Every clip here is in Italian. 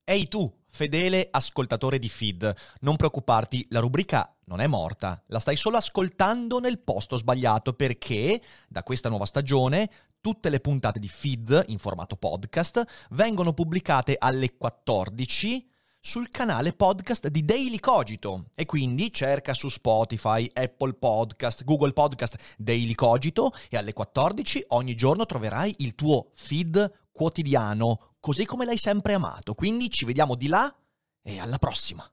Ehi tu, fedele ascoltatore di Feed, non preoccuparti, la rubrica non è morta, la stai solo ascoltando nel posto sbagliato perché da questa nuova stagione tutte le puntate di Feed in formato podcast vengono pubblicate alle 14 sul canale podcast di Daily Cogito e quindi cerca su Spotify, Apple Podcast, Google Podcast Daily Cogito e alle 14 ogni giorno troverai il tuo feed quotidiano, così come l'hai sempre amato. Quindi ci vediamo di là e alla prossima.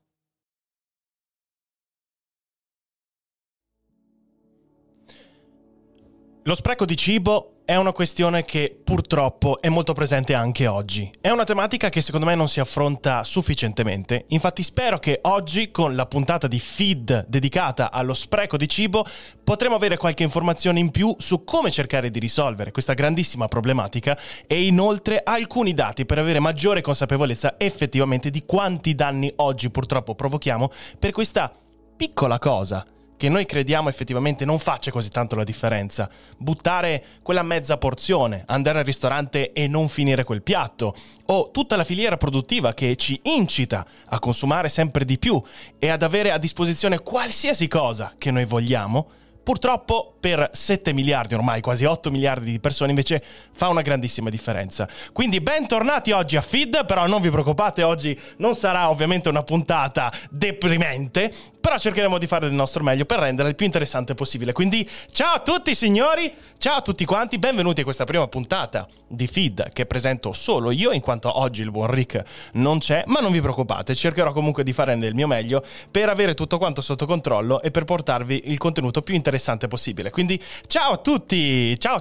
Lo spreco di cibo è una questione che purtroppo è molto presente anche oggi. È una tematica che secondo me non si affronta sufficientemente. Infatti spero che oggi, con la puntata di Feed dedicata allo spreco di cibo, potremo avere qualche informazione in più su come cercare di risolvere questa grandissima problematica e inoltre alcuni dati per avere maggiore consapevolezza effettivamente di quanti danni oggi purtroppo provochiamo per questa piccola cosa che noi crediamo effettivamente non faccia così tanto la differenza. Buttare quella mezza porzione, andare al ristorante e non finire quel piatto, o tutta la filiera produttiva che ci incita a consumare sempre di più e ad avere a disposizione qualsiasi cosa che noi vogliamo, purtroppo per 7 miliardi, ormai quasi 8 miliardi di persone invece fa una grandissima differenza. Quindi bentornati oggi a Feed, però non vi preoccupate, oggi non sarà ovviamente una puntata deprimente, però cercheremo di fare del nostro meglio per renderla il più interessante possibile. Quindi ciao a tutti signori, ciao a tutti quanti, benvenuti a questa prima puntata di Feed che presento solo io, in quanto oggi il buon Rick non c'è, ma non vi preoccupate, cercherò comunque di fare del mio meglio per avere tutto quanto sotto controllo e per portarvi il contenuto più interessante possibile. Quindi ciao a tutti, ciao.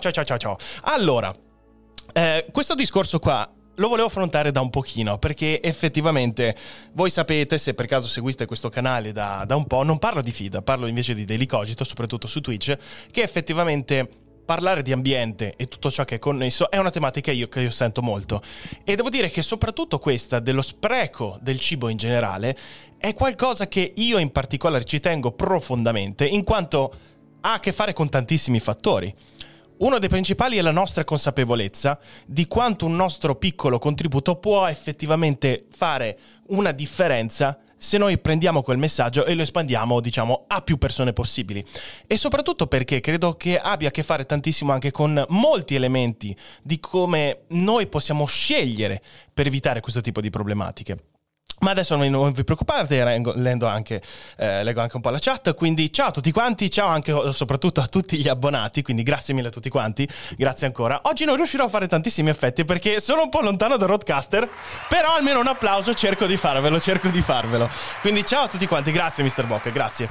Allora, questo discorso qua lo volevo affrontare da un pochino, perché effettivamente voi sapete, se per caso seguite questo canale da un po', non parlo di Feed, parlo invece di Daily Cogito, soprattutto su Twitch, che effettivamente parlare di ambiente e tutto ciò che è connesso è una tematica che io sento molto. E devo dire che soprattutto questa dello spreco del cibo in generale è qualcosa che io in particolare ci tengo profondamente, in quanto ha a che fare con tantissimi fattori. Uno dei principali è la nostra consapevolezza di quanto un nostro piccolo contributo può effettivamente fare una differenza se noi prendiamo quel messaggio e lo espandiamo, diciamo, a più persone possibili. E soprattutto perché credo che abbia a che fare tantissimo anche con molti elementi di come noi possiamo scegliere per evitare questo tipo di problematiche. Ma adesso non vi preoccupate, leggo anche un po' la chat, quindi ciao a tutti quanti, ciao anche soprattutto a tutti gli abbonati, quindi grazie mille a tutti quanti, grazie ancora. Oggi non riuscirò a fare tantissimi effetti perché sono un po' lontano dal roadcaster, però almeno un applauso cerco di farvelo. Quindi ciao a tutti quanti, grazie Mr. Bocca, grazie.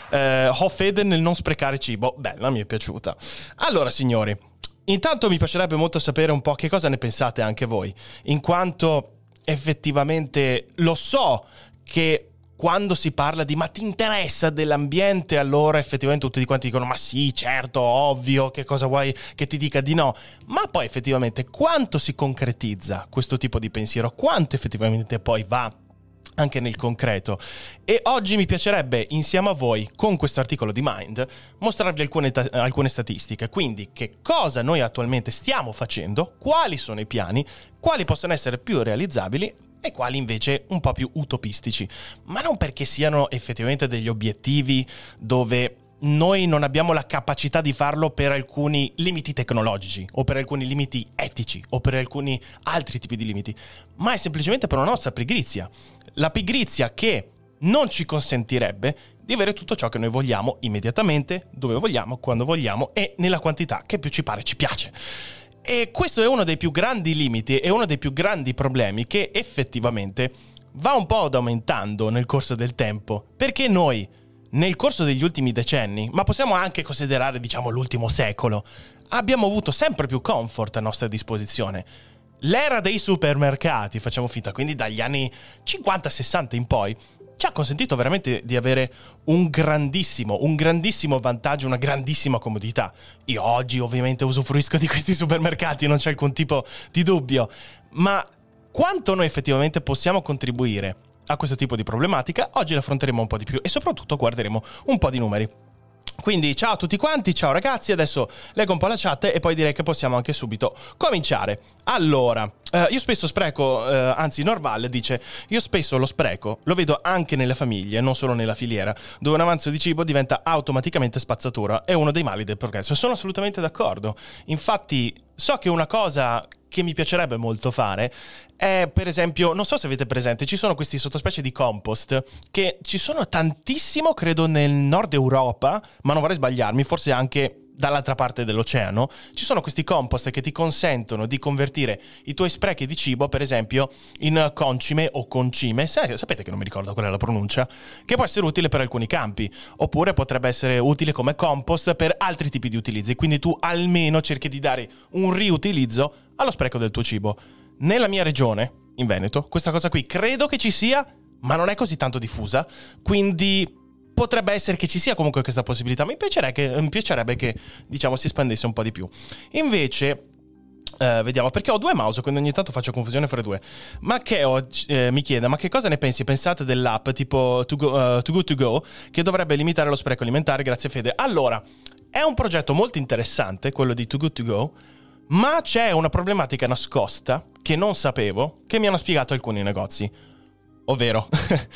Ho fede nel non sprecare cibo, bella, mi è piaciuta. Allora signori, intanto mi piacerebbe molto sapere un po' che cosa ne pensate anche voi, in quanto effettivamente lo so che quando si parla di ma ti interessa dell'ambiente, allora effettivamente tutti quanti dicono ma sì, certo, ovvio, che cosa vuoi che ti dica di no? Ma poi effettivamente quanto si concretizza questo tipo di pensiero? Quanto effettivamente poi va anche nel concreto? E oggi mi piacerebbe insieme a voi, con questo articolo di Mind, mostrarvi alcune statistiche. Quindi che cosa noi attualmente stiamo facendo, quali sono i piani, quali possono essere più realizzabili e quali invece un po' più utopistici. Ma non perché siano effettivamente degli obiettivi dove noi non abbiamo la capacità di farlo per alcuni limiti tecnologici o per alcuni limiti etici o per alcuni altri tipi di limiti, ma è semplicemente per una nostra pigrizia. La pigrizia che non ci consentirebbe di avere tutto ciò che noi vogliamo immediatamente, dove vogliamo, quando vogliamo e nella quantità che più ci pare ci piace. E questo è uno dei più grandi limiti e uno dei più grandi problemi che effettivamente va un po' ad aumentando nel corso del tempo, perché noi nel corso degli ultimi decenni, ma possiamo anche considerare, diciamo, l'ultimo secolo, abbiamo avuto sempre più comfort a nostra disposizione. L'era dei supermercati, facciamo finta, quindi dagli anni 50-60 in poi, ci ha consentito veramente di avere un grandissimo vantaggio, una grandissima comodità. Io oggi ovviamente usufruisco di questi supermercati, non c'è alcun tipo di dubbio, ma quanto noi effettivamente possiamo contribuire a questo tipo di problematica, oggi la affronteremo un po' di più e soprattutto guarderemo un po' di numeri. Quindi ciao a tutti quanti, ciao ragazzi, adesso leggo un po' la chat e poi direi che possiamo anche subito cominciare. Allora, io spesso spreco, anzi Norval dice, io spesso lo spreco, lo vedo anche nelle famiglie, non solo nella filiera, dove un avanzo di cibo diventa automaticamente spazzatura, è uno dei mali del progresso. Sono assolutamente d'accordo, infatti so che una cosa che mi piacerebbe molto fare è, per esempio, non so se avete presente, ci sono questi sottospecie di compost che ci sono tantissimo, credo nel nord Europa, ma non vorrei sbagliarmi, forse anche dall'altra parte dell'oceano. Ci sono questi compost che ti consentono di convertire i tuoi sprechi di cibo, per esempio, in concime o concime, sapete che non mi ricordo qual è la pronuncia, che può essere utile per alcuni campi, oppure potrebbe essere utile come compost per altri tipi di utilizzi, quindi tu almeno cerchi di dare un riutilizzo allo spreco del tuo cibo. Nella mia regione, in Veneto, questa cosa qui credo che ci sia, ma non è così tanto diffusa, quindi potrebbe essere che ci sia comunque questa possibilità. Mi piacerebbe che diciamo si espandesse un po' di più. Invece vediamo, perché ho due mouse, quindi ogni tanto faccio confusione fra i due. Matteo mi chiede, ma che cosa ne pensi? Pensate dell'app tipo Too Good To Go che dovrebbe limitare lo spreco alimentare? Grazie Fede. Allora, è un progetto molto interessante quello di Too Good To Go, ma c'è una problematica nascosta che non sapevo, che mi hanno spiegato alcuni negozi, ovvero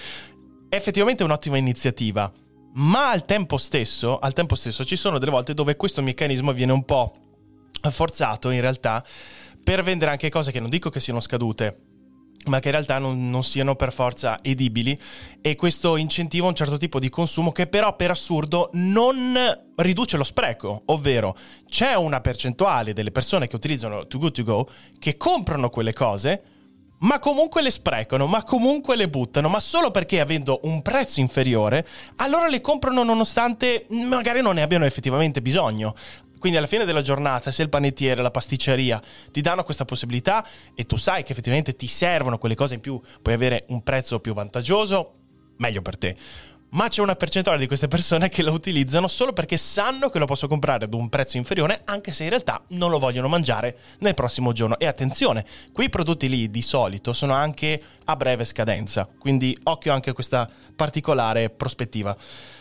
è effettivamente un'ottima iniziativa, ma al tempo stesso ci sono delle volte dove questo meccanismo viene un po' forzato in realtà per vendere anche cose che non dico che siano scadute, ma che in realtà non siano per forza edibili, e questo incentiva un certo tipo di consumo che però per assurdo non riduce lo spreco, ovvero c'è una percentuale delle persone che utilizzano Too Good To Go che comprano quelle cose ma comunque le sprecano, ma comunque le buttano, ma solo perché avendo un prezzo inferiore allora le comprano nonostante magari non ne abbiano effettivamente bisogno. Quindi alla fine della giornata, se il panettiere, la pasticceria ti danno questa possibilità e tu sai che effettivamente ti servono quelle cose in più, puoi avere un prezzo più vantaggioso, meglio per te. Ma c'è una percentuale di queste persone che lo utilizzano solo perché sanno che lo posso comprare ad un prezzo inferiore, anche se in realtà non lo vogliono mangiare nel prossimo giorno. E attenzione, quei prodotti lì di solito sono anche a breve scadenza, quindi occhio anche a questa particolare prospettiva.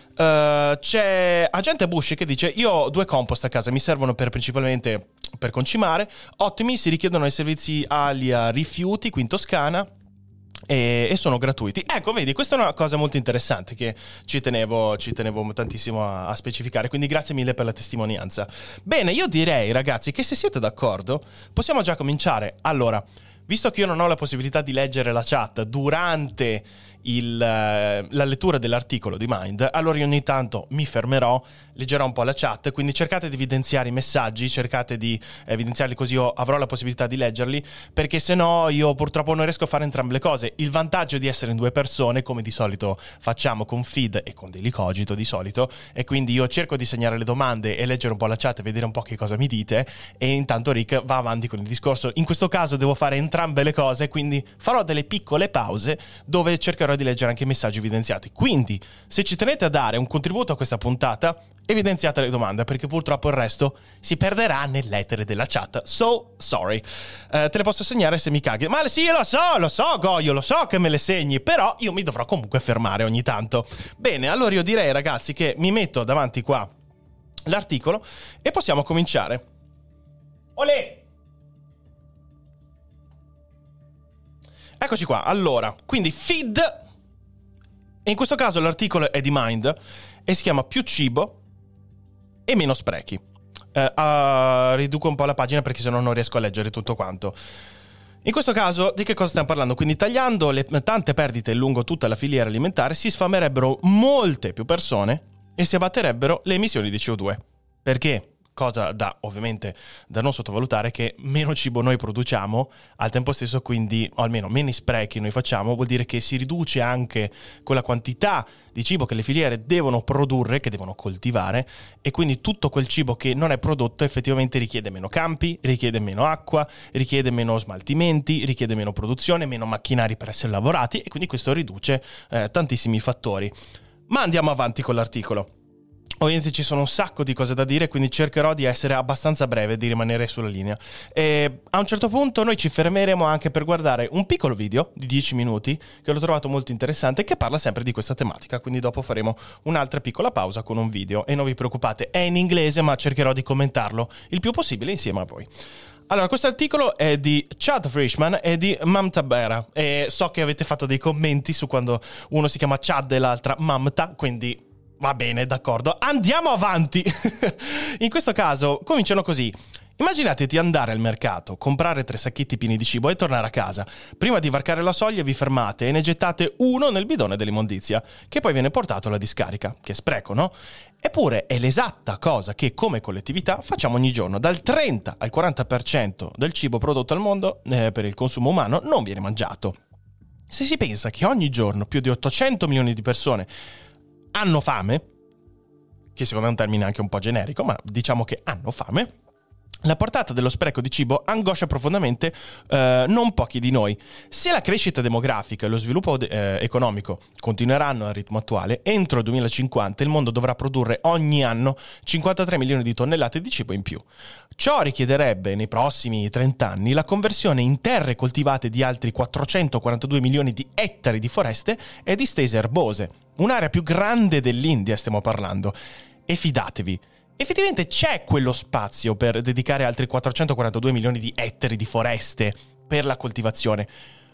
C'è Agente Bush che dice: io ho 2 compost a casa, mi servono principalmente per concimare, ottimi, si richiedono i servizi Alia rifiuti qui in Toscana e sono gratuiti. Ecco, vedi, questa è una cosa molto interessante che ci tenevo tantissimo a specificare, quindi grazie mille per la testimonianza. Bene, io direi ragazzi che se siete d'accordo possiamo già cominciare. Allora, visto che io non ho la possibilità di leggere la chat durante la lettura dell'articolo di Mind, allora io ogni tanto mi fermerò, leggerò un po' la chat, quindi cercate di evidenziare i messaggi, cercate di evidenziarli così io avrò la possibilità di leggerli, perché se no io purtroppo non riesco a fare entrambe le cose. Il vantaggio di essere in 2 persone, come di solito facciamo con Feed e con Daily Cogito di solito, e quindi io cerco di segnare le domande e leggere un po' la chat e vedere un po' che cosa mi dite, e intanto Rick va avanti con il discorso. In questo caso devo fare entrambe le cose, quindi farò delle piccole pause dove cercherò di leggere anche i messaggi evidenziati. Quindi se ci tenete a dare un contributo a questa puntata, evidenziate le domande, perché purtroppo il resto si perderà nell'etere della chat. So sorry. Te le posso segnare se mi caghi. Ma sì, lo so Goyo, lo so che me le segni, però io mi dovrò comunque fermare ogni tanto. Bene, allora io direi ragazzi che mi metto davanti qua l'articolo e possiamo cominciare. Olè! Eccoci qua. Allora, quindi feed, e in questo caso l'articolo è di Mind e si chiama Più cibo e meno sprechi. Riduco un po' la pagina perché sennò non riesco a leggere tutto quanto. In questo caso di che cosa stiamo parlando? Quindi tagliando le tante perdite lungo tutta la filiera alimentare si sfamerebbero molte più persone e si abbatterebbero le emissioni di CO2. Perché? Cosa ovviamente da non sottovalutare, che meno cibo noi produciamo al tempo stesso, quindi o almeno meno sprechi noi facciamo, vuol dire che si riduce anche quella quantità di cibo che le filiere devono produrre, che devono coltivare, e quindi tutto quel cibo che non è prodotto effettivamente richiede meno campi, richiede meno acqua, richiede meno smaltimenti, richiede meno produzione, meno macchinari per essere lavorati, e quindi questo riduce tantissimi fattori. Ma andiamo avanti con l'articolo. Ovviamente ci sono un sacco di cose da dire, quindi cercherò di essere abbastanza breve, di rimanere sulla linea. E a un certo punto noi ci fermeremo anche per guardare un piccolo video di 10 minuti, che l'ho trovato molto interessante, che parla sempre di questa tematica, quindi dopo faremo un'altra piccola pausa con un video. E non vi preoccupate, è in inglese, ma cercherò di commentarlo il più possibile insieme a voi. Allora, questo articolo è di Chad Frischman e di Mamta Bera, e so che avete fatto dei commenti su quando uno si chiama Chad e l'altra Mamta, quindi va bene, d'accordo. Andiamo avanti. In questo caso cominciano così. Immaginate di andare al mercato, comprare 3 sacchetti pieni di cibo e tornare a casa. Prima di varcare la soglia vi fermate e ne gettate uno nel bidone dell'immondizia, che poi viene portato alla discarica. Che spreco, no? Eppure è l'esatta cosa che come collettività facciamo ogni giorno. Dal 30 al 40% del cibo prodotto al mondo per il consumo umano non viene mangiato. Se si pensa che ogni giorno più di 800 milioni di persone hanno fame, che secondo me è un termine anche un po' generico, ma diciamo che hanno fame, la portata dello spreco di cibo angoscia profondamente non pochi di noi. Se la crescita demografica e lo sviluppo economico continueranno al ritmo attuale, entro il 2050 il mondo dovrà produrre ogni anno 53 milioni di tonnellate di cibo in più. Ciò richiederebbe nei prossimi 30 anni la conversione in terre coltivate di altri 442 milioni di ettari di foreste e di stese erbose. Un'area più grande dell'India stiamo parlando. E fidatevi, effettivamente c'è quello spazio per dedicare altri 442 milioni di ettari di foreste per la coltivazione.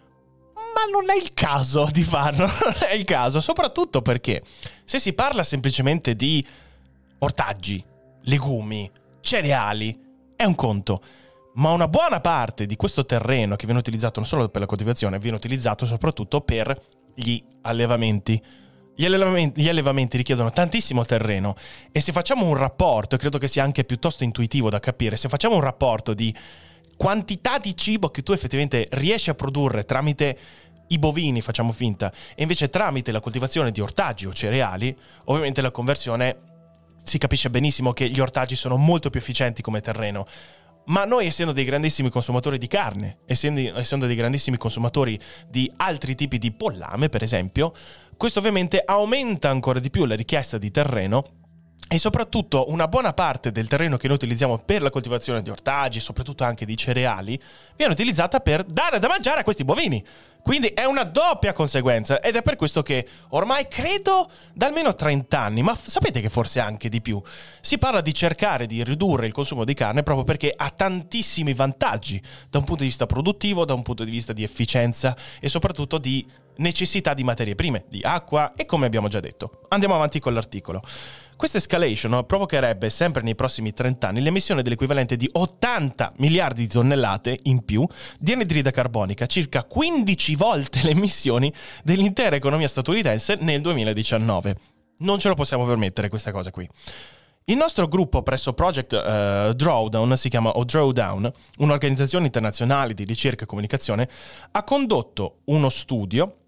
Ma non è il caso di farlo, non è il caso, soprattutto perché se si parla semplicemente di ortaggi, legumi, cereali, è un conto. Ma una buona parte di questo terreno che viene utilizzato non solo per la coltivazione, viene utilizzato soprattutto per gli allevamenti. Gli allevamenti richiedono tantissimo terreno e se facciamo un rapporto, e credo che sia anche piuttosto intuitivo da capire, se facciamo un rapporto di quantità di cibo che tu effettivamente riesci a produrre tramite i bovini, facciamo finta, e invece tramite la coltivazione di ortaggi o cereali, ovviamente la conversione si capisce benissimo che gli ortaggi sono molto più efficienti come terreno. Ma noi, essendo dei grandissimi consumatori di carne, essendo dei grandissimi consumatori di altri tipi di pollame, per esempio, questo ovviamente aumenta ancora di più la richiesta di terreno e soprattutto una buona parte del terreno che noi utilizziamo per la coltivazione di ortaggi, soprattutto anche di cereali, viene utilizzata per dare da mangiare a questi bovini. Quindi è una doppia conseguenza ed è per questo che ormai credo da almeno 30 anni, ma sapete che forse anche di più, si parla di cercare di ridurre il consumo di carne proprio perché ha tantissimi vantaggi da un punto di vista produttivo, da un punto di vista di efficienza e soprattutto di necessità di materie prime, di acqua e come abbiamo già detto. Andiamo avanti con l'articolo. Questa escalation provocherebbe sempre nei prossimi 30 anni l'emissione dell'equivalente di 80 miliardi di tonnellate in più di anidride carbonica, circa 15 volte le emissioni dell'intera economia statunitense nel 2019. Non ce lo possiamo permettere questa cosa qui. Il nostro gruppo presso Project Drawdown, si chiama Drawdown, un'organizzazione internazionale di ricerca e comunicazione, ha condotto uno studio.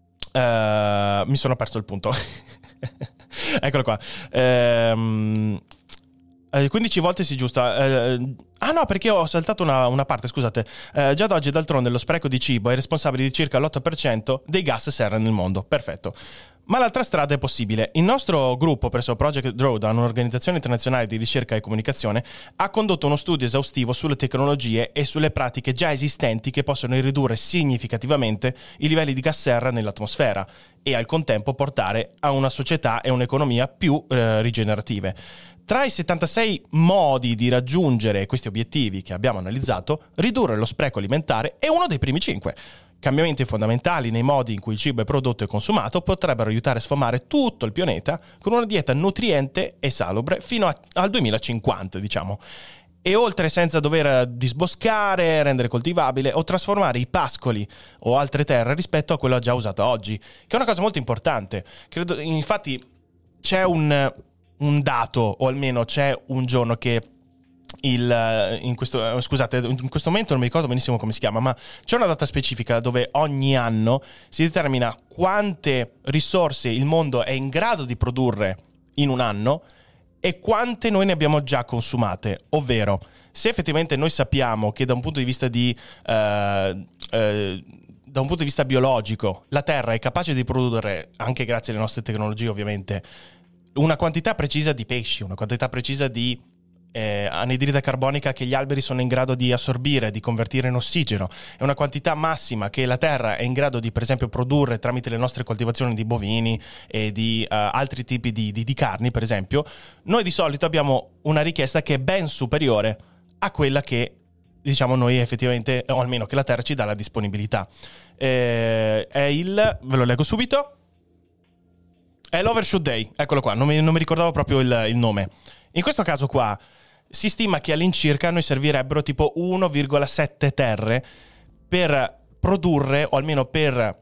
Mi sono perso il punto. Eccolo qua. 15 volte si giusta. No, perché ho saltato una parte, scusate. Già da oggi, d'altronde, lo spreco di cibo è responsabile di circa l'8% dei gas serra nel mondo. Perfetto. Ma l'altra strada è possibile. Il nostro gruppo presso Project Drawdown, un'organizzazione internazionale di ricerca e comunicazione, ha condotto uno studio esaustivo sulle tecnologie e sulle pratiche già esistenti che possono ridurre significativamente i livelli di gas serra nell'atmosfera e al contempo portare a una società e un'economia più rigenerative. Tra i 76 modi di raggiungere questi obiettivi che abbiamo analizzato, ridurre lo spreco alimentare è uno dei primi 5. Cambiamenti fondamentali nei modi in cui il cibo è prodotto e consumato potrebbero aiutare a sfamare tutto il pianeta con una dieta nutriente e salubre fino al 2050, diciamo. E oltre senza dover disboscare, rendere coltivabile o trasformare i pascoli o altre terre rispetto a quella già usata oggi, che è una cosa molto importante. Credo, infatti, c'è un dato, o almeno c'è un giorno che in questo momento non mi ricordo benissimo come si chiama, ma c'è una data specifica dove ogni anno si determina quante risorse il mondo è in grado di produrre in un anno e quante noi ne abbiamo già consumate, ovvero se effettivamente noi sappiamo che da un punto di vista da un punto di vista biologico la Terra è capace di produrre, anche grazie alle nostre tecnologie ovviamente, una quantità precisa di pesci, una quantità precisa di anidride carbonica che gli alberi sono in grado di assorbire, di convertire in ossigeno, è una quantità massima che la terra è in grado di, per esempio, produrre tramite le nostre coltivazioni di bovini e di altri tipi di carni, per esempio. Noi di solito abbiamo una richiesta che è ben superiore a quella che, diciamo, noi effettivamente, o almeno che la terra ci dà la disponibilità. Ve lo leggo subito, è l'Overshoot Day, eccolo qua, non mi ricordavo proprio il nome. In questo caso qua si stima che all'incirca a noi servirebbero tipo 1,7 terre per produrre, o almeno per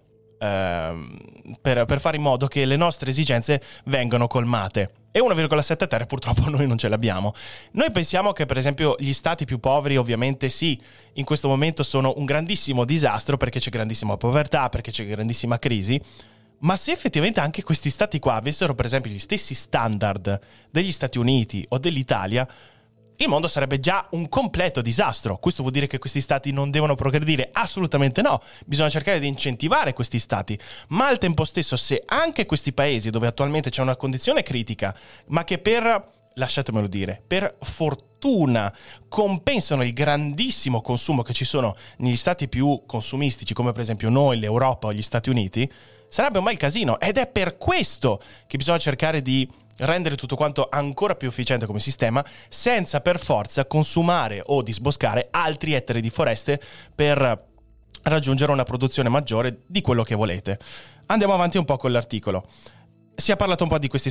fare in modo che le nostre esigenze vengano colmate. E 1,7 terre purtroppo noi non ce l'abbiamo. Noi pensiamo che, per esempio, gli stati più poveri, ovviamente sì, in questo momento sono un grandissimo disastro, perché c'è grandissima povertà, perché c'è grandissima crisi. Ma se effettivamente anche questi stati qua avessero, per esempio, gli stessi standard degli Stati Uniti o dell'Italia, il mondo sarebbe già un completo disastro. Questo vuol dire che questi stati non devono progredire? Assolutamente no. Bisogna cercare di incentivare questi stati. Ma al tempo stesso, se anche questi paesi dove attualmente c'è una condizione critica, ma che lasciatemelo dire, per fortuna compensano il grandissimo consumo che ci sono negli stati più consumistici, come per esempio noi, l'Europa o gli Stati Uniti, sarebbe un bel casino. Ed è per questo che bisogna cercare di rendere tutto quanto ancora più efficiente come sistema, senza per forza consumare o disboscare altri ettari di foreste per raggiungere una produzione maggiore di quello che volete. Andiamo avanti un po' con l'articolo. Si è parlato un po' di questi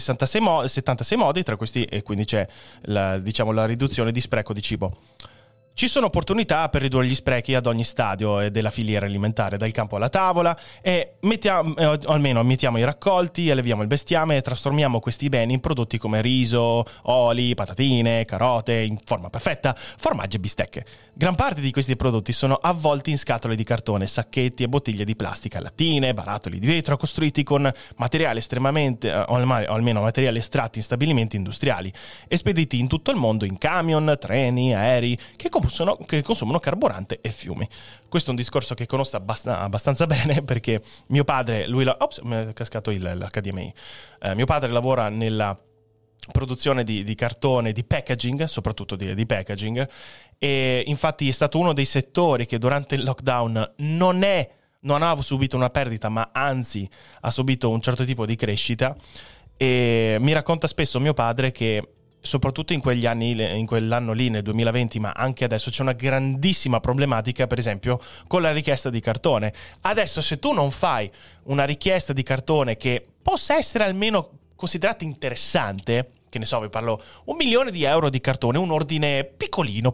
76 modi, tra questi, e quindi c'è la riduzione di spreco di cibo. Ci sono opportunità per ridurre gli sprechi ad ogni stadio della filiera alimentare, dal campo alla tavola, e mettiamo i raccolti, alleviamo il bestiame e trasformiamo questi beni in prodotti come riso, oli, patatine, carote, in forma perfetta, formaggi e bistecche. Gran parte di questi prodotti sono avvolti in scatole di cartone, sacchetti e bottiglie di plastica, lattine, barattoli di vetro, costruiti con materiali estremamente, o almeno materiali estratti in stabilimenti industriali, e spediti in tutto il mondo in camion, treni, aerei, che consumano carburante e fiumi. Questo è un discorso che conosco abbastanza bene, perché mio padre, mi è cascato l'HDMI. Mio padre lavora nella produzione di cartone, di packaging, soprattutto di packaging, e infatti è stato uno dei settori che durante il lockdown non ha subito una perdita, ma anzi ha subito un certo tipo di crescita. E mi racconta spesso mio padre che soprattutto in quegli anni, in quell'anno lì, nel 2020, ma anche adesso, c'è una grandissima problematica, per esempio, con la richiesta di cartone. Adesso, se tu non fai una richiesta di cartone che possa essere almeno considerata interessante, che ne so, vi parlo 1 milione di euro di cartone, un ordine piccolino,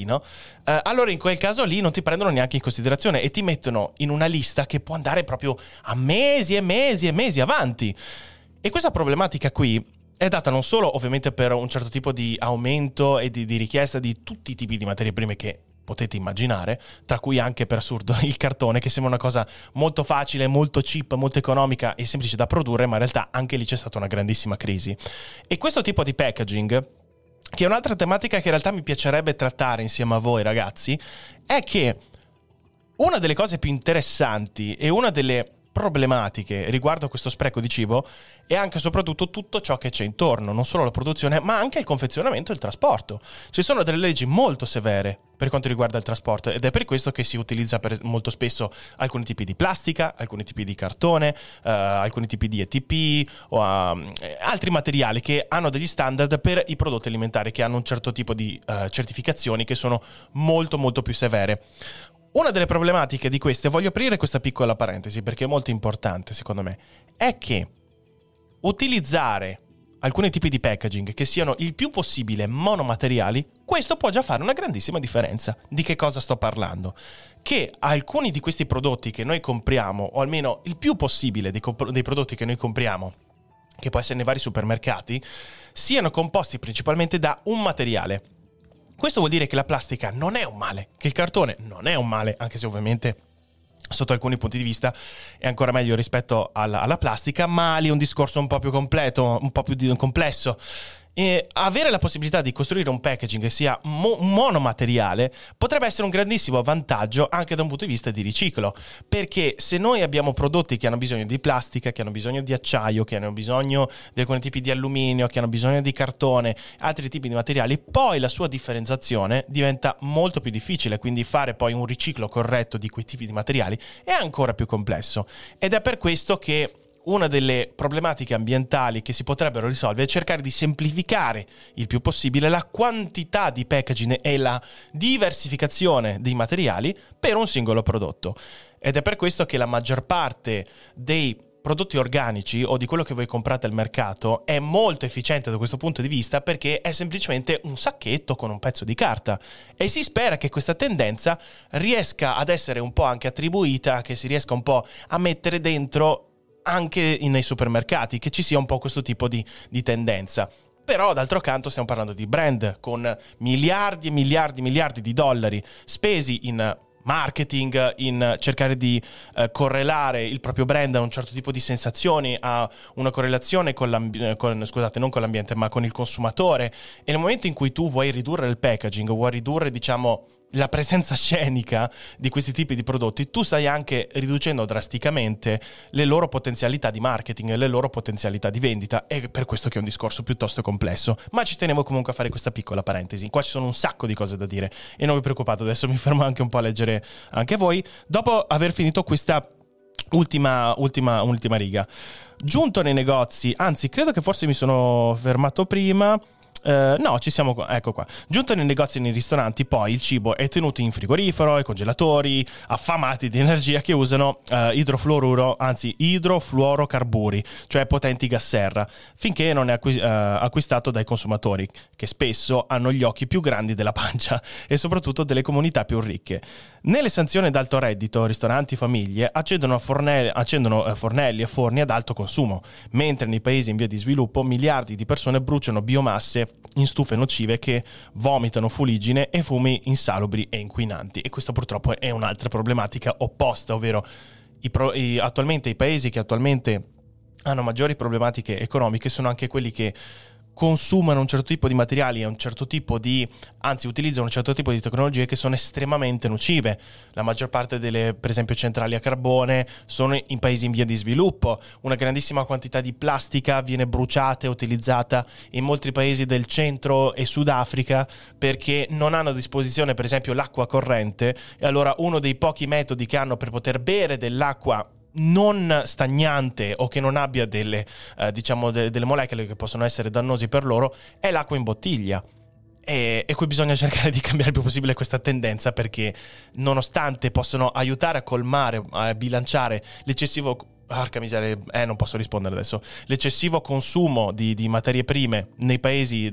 allora in quel caso lì non ti prendono neanche in considerazione e ti mettono in una lista che può andare proprio a mesi e mesi e mesi avanti. E questa problematica qui è data non solo ovviamente per un certo tipo di aumento e di richiesta di tutti i tipi di materie prime che potete immaginare, tra cui anche, per assurdo, il cartone, che sembra una cosa molto facile, molto cheap, molto economica e semplice da produrre, ma in realtà anche lì c'è stata una grandissima crisi. E questo tipo di packaging, che è un'altra tematica che in realtà mi piacerebbe trattare insieme a voi, ragazzi, è che una delle cose più interessanti e una delle problematiche riguardo a questo spreco di cibo è anche e soprattutto tutto ciò che c'è intorno, non solo la produzione, ma anche il confezionamento e il trasporto. Ci sono delle leggi molto severe per quanto riguarda il trasporto, ed è per questo che si utilizza molto spesso alcuni tipi di plastica, alcuni tipi di cartone, alcuni tipi di ETP o altri materiali che hanno degli standard per i prodotti alimentari, che hanno un certo tipo di certificazioni che sono molto molto più severe. Una delle problematiche di queste, voglio aprire questa piccola parentesi perché è molto importante secondo me, è che utilizzare alcuni tipi di packaging che siano il più possibile monomateriali, questo può già fare una grandissima differenza. Di che cosa sto parlando? Che alcuni di questi prodotti che noi compriamo, o almeno il più possibile dei prodotti che noi compriamo, che può essere nei vari supermercati, siano composti principalmente da un materiale. Questo vuol dire che la plastica non è un male, che il cartone non è un male, anche se ovviamente sotto alcuni punti di vista è ancora meglio rispetto alla plastica, ma lì è un discorso un po' più completo, un po' più complesso. E avere la possibilità di costruire un packaging che sia monomateriale potrebbe essere un grandissimo vantaggio anche da un punto di vista di riciclo, perché se noi abbiamo prodotti che hanno bisogno di plastica, che hanno bisogno di acciaio, che hanno bisogno di alcuni tipi di alluminio, che hanno bisogno di cartone, altri tipi di materiali, poi la sua differenziazione diventa molto più difficile, quindi fare poi un riciclo corretto di quei tipi di materiali è ancora più complesso. Ed è per questo che una delle problematiche ambientali che si potrebbero risolvere è cercare di semplificare il più possibile la quantità di packaging e la diversificazione dei materiali per un singolo prodotto. Ed è per questo che la maggior parte dei prodotti organici o di quello che voi comprate al mercato è molto efficiente da questo punto di vista, perché è semplicemente un sacchetto con un pezzo di carta, e si spera che questa tendenza riesca ad essere un po' anche attribuita, che si riesca un po' a mettere dentro anche nei supermercati, che ci sia un po' questo tipo di tendenza. Però d'altro canto stiamo parlando di brand con miliardi e miliardi di dollari spesi in marketing, in cercare di correlare il proprio brand a un certo tipo di sensazioni, a una correlazione non con l'ambiente, ma con il consumatore. E nel momento in cui tu vuoi ridurre il packaging, vuoi ridurre, diciamo, la presenza scenica di questi tipi di prodotti, tu stai anche riducendo drasticamente le loro potenzialità di marketing e le loro potenzialità di vendita, e per questo che è un discorso piuttosto complesso. Ma ci tenevo comunque a fare questa piccola parentesi. Qua ci sono un sacco di cose da dire e non vi preoccupate, adesso mi fermo anche un po' a leggere anche voi dopo aver finito questa ultima riga. Giunto nei negozi, anzi credo che forse mi sono fermato prima. No, ci siamo qua, ecco qua. Giunto nei negozi e nei ristoranti, poi il cibo è tenuto in frigorifero e congelatori affamati di energia che usano idrofluorocarburi, cioè potenti gas serra, finché non è acquistato dai consumatori, che spesso hanno gli occhi più grandi della pancia e soprattutto delle comunità più ricche. Nelle sanzioni ad alto reddito, ristoranti e famiglie accendono fornelli e forni ad alto consumo, mentre nei paesi in via di sviluppo miliardi di persone bruciano biomasse in stufe nocive che vomitano fuliggine e fumi insalubri e inquinanti. E questa purtroppo è un'altra problematica opposta, ovvero attualmente i paesi che attualmente hanno maggiori problematiche economiche sono anche quelli che consumano un certo tipo di materiali e utilizzano un certo tipo di tecnologie che sono estremamente nocive. La maggior parte delle, per esempio, centrali a carbone sono in paesi in via di sviluppo. Una grandissima quantità di plastica viene bruciata e utilizzata in molti paesi del centro e Sudafrica perché non hanno a disposizione, per esempio, l'acqua corrente, e allora uno dei pochi metodi che hanno per poter bere dell'acqua non stagnante o che non abbia delle molecole che possono essere dannosi per loro è l'acqua in bottiglia. E qui bisogna cercare di cambiare il più possibile questa tendenza, perché nonostante possono aiutare a colmare, a bilanciare l'eccessivo non posso rispondere adesso. L'eccessivo consumo di materie prime nei paesi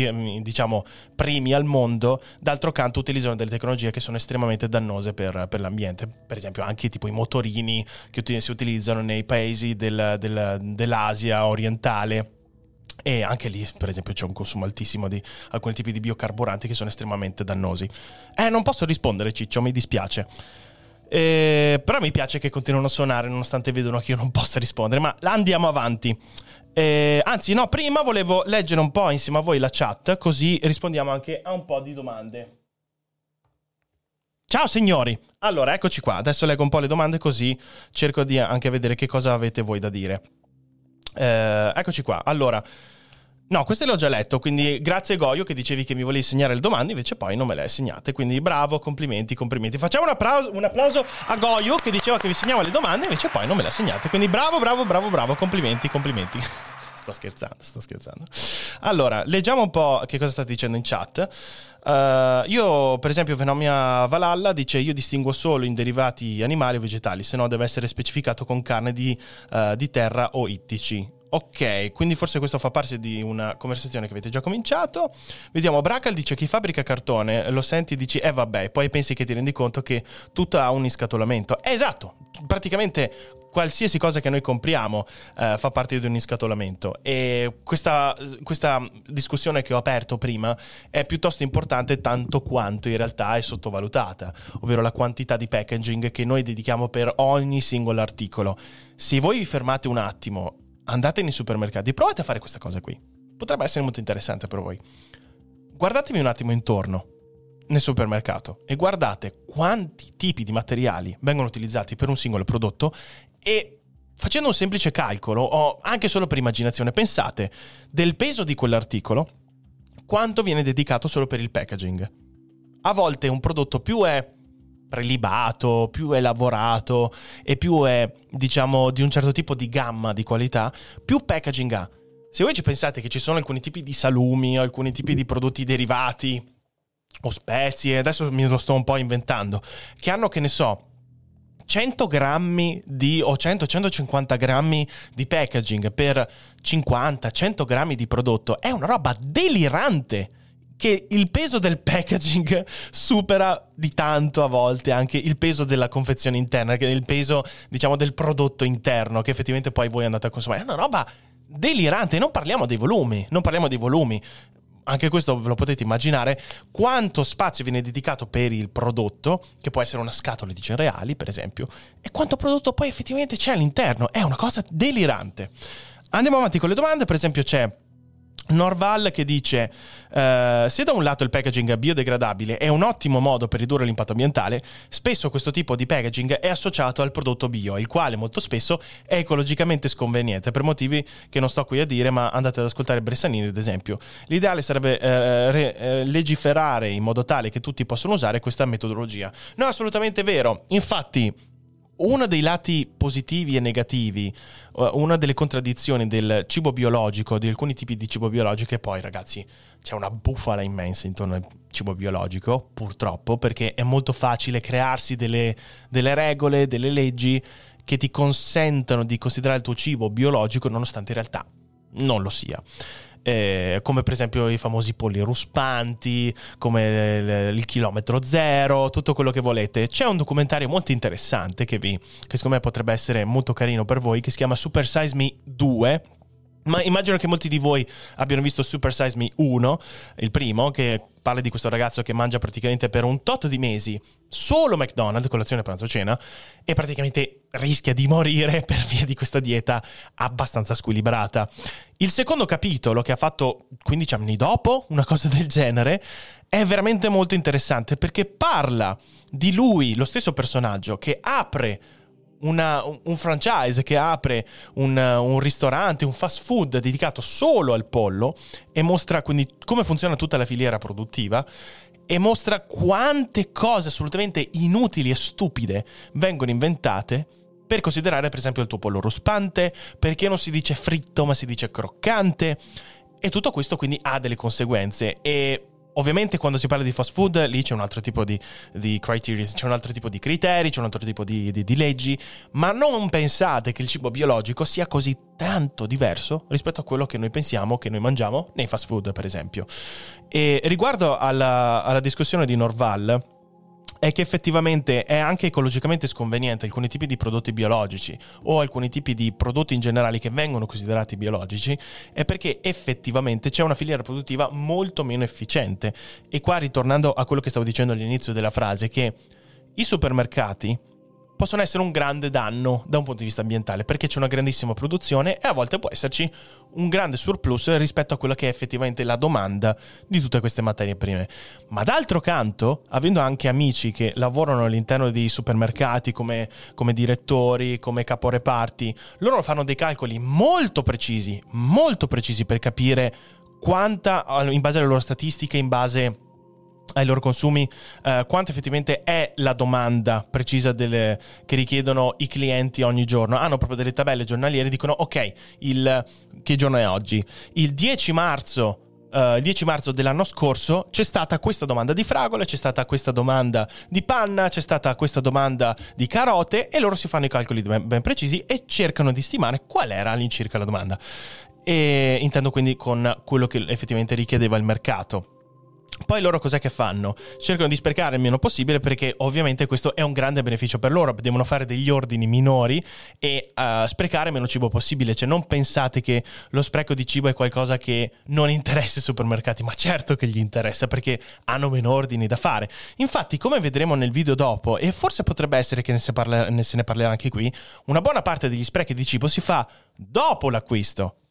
primi al mondo, d'altro canto utilizzano delle tecnologie che sono estremamente dannose per l'ambiente. Per esempio anche tipo i motorini che si utilizzano nei paesi dell'Asia orientale. E anche lì, per esempio, c'è un consumo altissimo di alcuni tipi di biocarburanti che sono estremamente dannosi. Non posso rispondere, Ciccio, mi dispiace. Però mi piace che continuano a suonare nonostante vedono che io non possa rispondere, ma andiamo avanti. Prima volevo leggere un po' insieme a voi la chat, così rispondiamo anche a un po' di domande. Ciao signori, allora eccoci qua, adesso leggo un po' le domande così cerco di anche vedere che cosa avete voi da dire. Eccoci qua, allora no, queste le ho già letto, quindi grazie Goyo che dicevi che mi volevi segnare le domande, invece poi non me le hai segnate, quindi bravo, complimenti. Facciamo un applauso a Goyo che diceva che vi segnava le domande, invece poi non me le ha segnate, quindi bravo, complimenti. Sto scherzando. Allora, leggiamo un po' che cosa state dicendo in chat. Io, per esempio, Fenomia Valhalla dice: io distingo solo in derivati animali o vegetali, se no deve essere specificato con carne di terra o ittici. Ok, quindi forse questo fa parte di una conversazione che avete già cominciato. Vediamo, Bracal dice: chi fabbrica cartone lo senti e dici vabbè, poi pensi che ti rendi conto che tutto ha un iscatolamento. Esatto, praticamente qualsiasi cosa che noi compriamo fa parte di un iscatolamento, e questa discussione che ho aperto prima è piuttosto importante, tanto quanto in realtà è sottovalutata, ovvero la quantità di packaging che noi dedichiamo per ogni singolo articolo. Se voi vi fermate un attimo, andate nei supermercati, provate a fare questa cosa qui. potrebbe essere molto interessante per voi. Guardatevi un attimo intorno nel supermercato e guardate quanti tipi di materiali vengono utilizzati per un singolo prodotto e facendo un semplice calcolo o anche solo per immaginazione pensate del peso di quell'articolo quanto viene dedicato solo per il packaging. A volte un prodotto più è prelibato, più è lavorato e più è, diciamo, di un certo tipo di gamma di qualità, più packaging ha. Se voi ci pensate che ci sono alcuni tipi di salumi o alcuni tipi di prodotti derivati o spezie, adesso mi lo sto un po' inventando, che hanno, che ne so, 100 grammi o 100-150 grammi di packaging per 50-100 grammi di prodotto, è una roba delirante, che il peso del packaging supera di tanto a volte anche il peso della confezione interna, che è il peso, diciamo, del prodotto interno che effettivamente poi voi andate a consumare. È una roba delirante. Non parliamo dei volumi. Anche questo ve lo potete immaginare, quanto spazio viene dedicato per il prodotto, che può essere una scatola di cereali per esempio, e quanto prodotto poi effettivamente c'è all'interno. È una cosa delirante. Andiamo avanti con le domande. Per esempio c'è Norval che dice se da un lato il packaging biodegradabile è un ottimo modo per ridurre l'impatto ambientale, spesso questo tipo di packaging è associato al prodotto bio, il quale molto spesso è ecologicamente sconveniente per motivi che non sto qui a dire, ma andate ad ascoltare Bressanini ad esempio. L'ideale sarebbe legiferare in modo tale che tutti possano usare questa metodologia. No, assolutamente vero. Infatti uno dei lati positivi e negativi, una delle contraddizioni del cibo biologico, di alcuni tipi di cibo biologico, e poi ragazzi c'è una bufala immensa intorno al cibo biologico, purtroppo, perché è molto facile crearsi delle regole, delle leggi che ti consentono di considerare il tuo cibo biologico nonostante in realtà non lo sia. Come per esempio i famosi polli ruspanti, come il chilometro zero, tutto quello che volete. C'è un documentario molto interessante che secondo me potrebbe essere molto carino per voi, che si chiama Super Size Me 2. Ma immagino che molti di voi abbiano visto Super Size Me 1, il primo, che parla di questo ragazzo che mangia praticamente per un tot di mesi solo McDonald's, colazione, pranzo, cena, e praticamente rischia di morire per via di questa dieta abbastanza squilibrata. Il secondo capitolo, che ha fatto 15 anni dopo, una cosa del genere, è veramente molto interessante perché parla di lui, lo stesso personaggio, che apre un franchise, che apre un ristorante, un fast food dedicato solo al pollo, e mostra quindi come funziona tutta la filiera produttiva e mostra quante cose assolutamente inutili e stupide vengono inventate per considerare per esempio il tuo pollo ruspante, perché non si dice fritto ma si dice croccante, e tutto questo quindi ha delle conseguenze. E ovviamente quando si parla di fast food lì c'è un altro tipo di criteria, c'è un altro tipo di criteri, c'è un altro tipo di leggi, ma non pensate che il cibo biologico sia così tanto diverso rispetto a quello che noi pensiamo che noi mangiamo nei fast food per esempio. E riguardo alla discussione di Norval, è che effettivamente è anche ecologicamente sconveniente alcuni tipi di prodotti biologici o alcuni tipi di prodotti in generale che vengono considerati biologici, è perché effettivamente c'è una filiera produttiva molto meno efficiente. E qua, ritornando a quello che stavo dicendo all'inizio della frase, che i supermercati possono essere un grande danno da un punto di vista ambientale, perché c'è una grandissima produzione e a volte può esserci un grande surplus rispetto a quella che è effettivamente la domanda di tutte queste materie prime. Ma d'altro canto, avendo anche amici che lavorano all'interno dei supermercati come direttori, come caporeparti, loro fanno dei calcoli molto precisi per capire quanta, in base alle loro statistiche, in base ai loro consumi, quanto effettivamente è la domanda precisa che richiedono i clienti ogni giorno. Hanno proprio delle tabelle giornaliere, dicono ok, che giorno è oggi? Il 10 marzo dell'anno scorso c'è stata questa domanda di fragole, c'è stata questa domanda di panna, c'è stata questa domanda di carote, e loro si fanno i calcoli ben precisi e cercano di stimare qual era all'incirca la domanda. E intendo quindi con quello che effettivamente richiedeva il mercato. Poi loro cos'è che fanno? Cercano di sprecare il meno possibile, perché ovviamente questo è un grande beneficio per loro, devono fare degli ordini minori e sprecare meno cibo possibile. Cioè non pensate che lo spreco di cibo è qualcosa che non interessa ai supermercati, ma certo che gli interessa, perché hanno meno ordini da fare. Infatti, come vedremo nel video dopo, e forse potrebbe essere che se ne parlerà anche qui, una buona parte degli sprechi di cibo si fa dopo l'acquisto.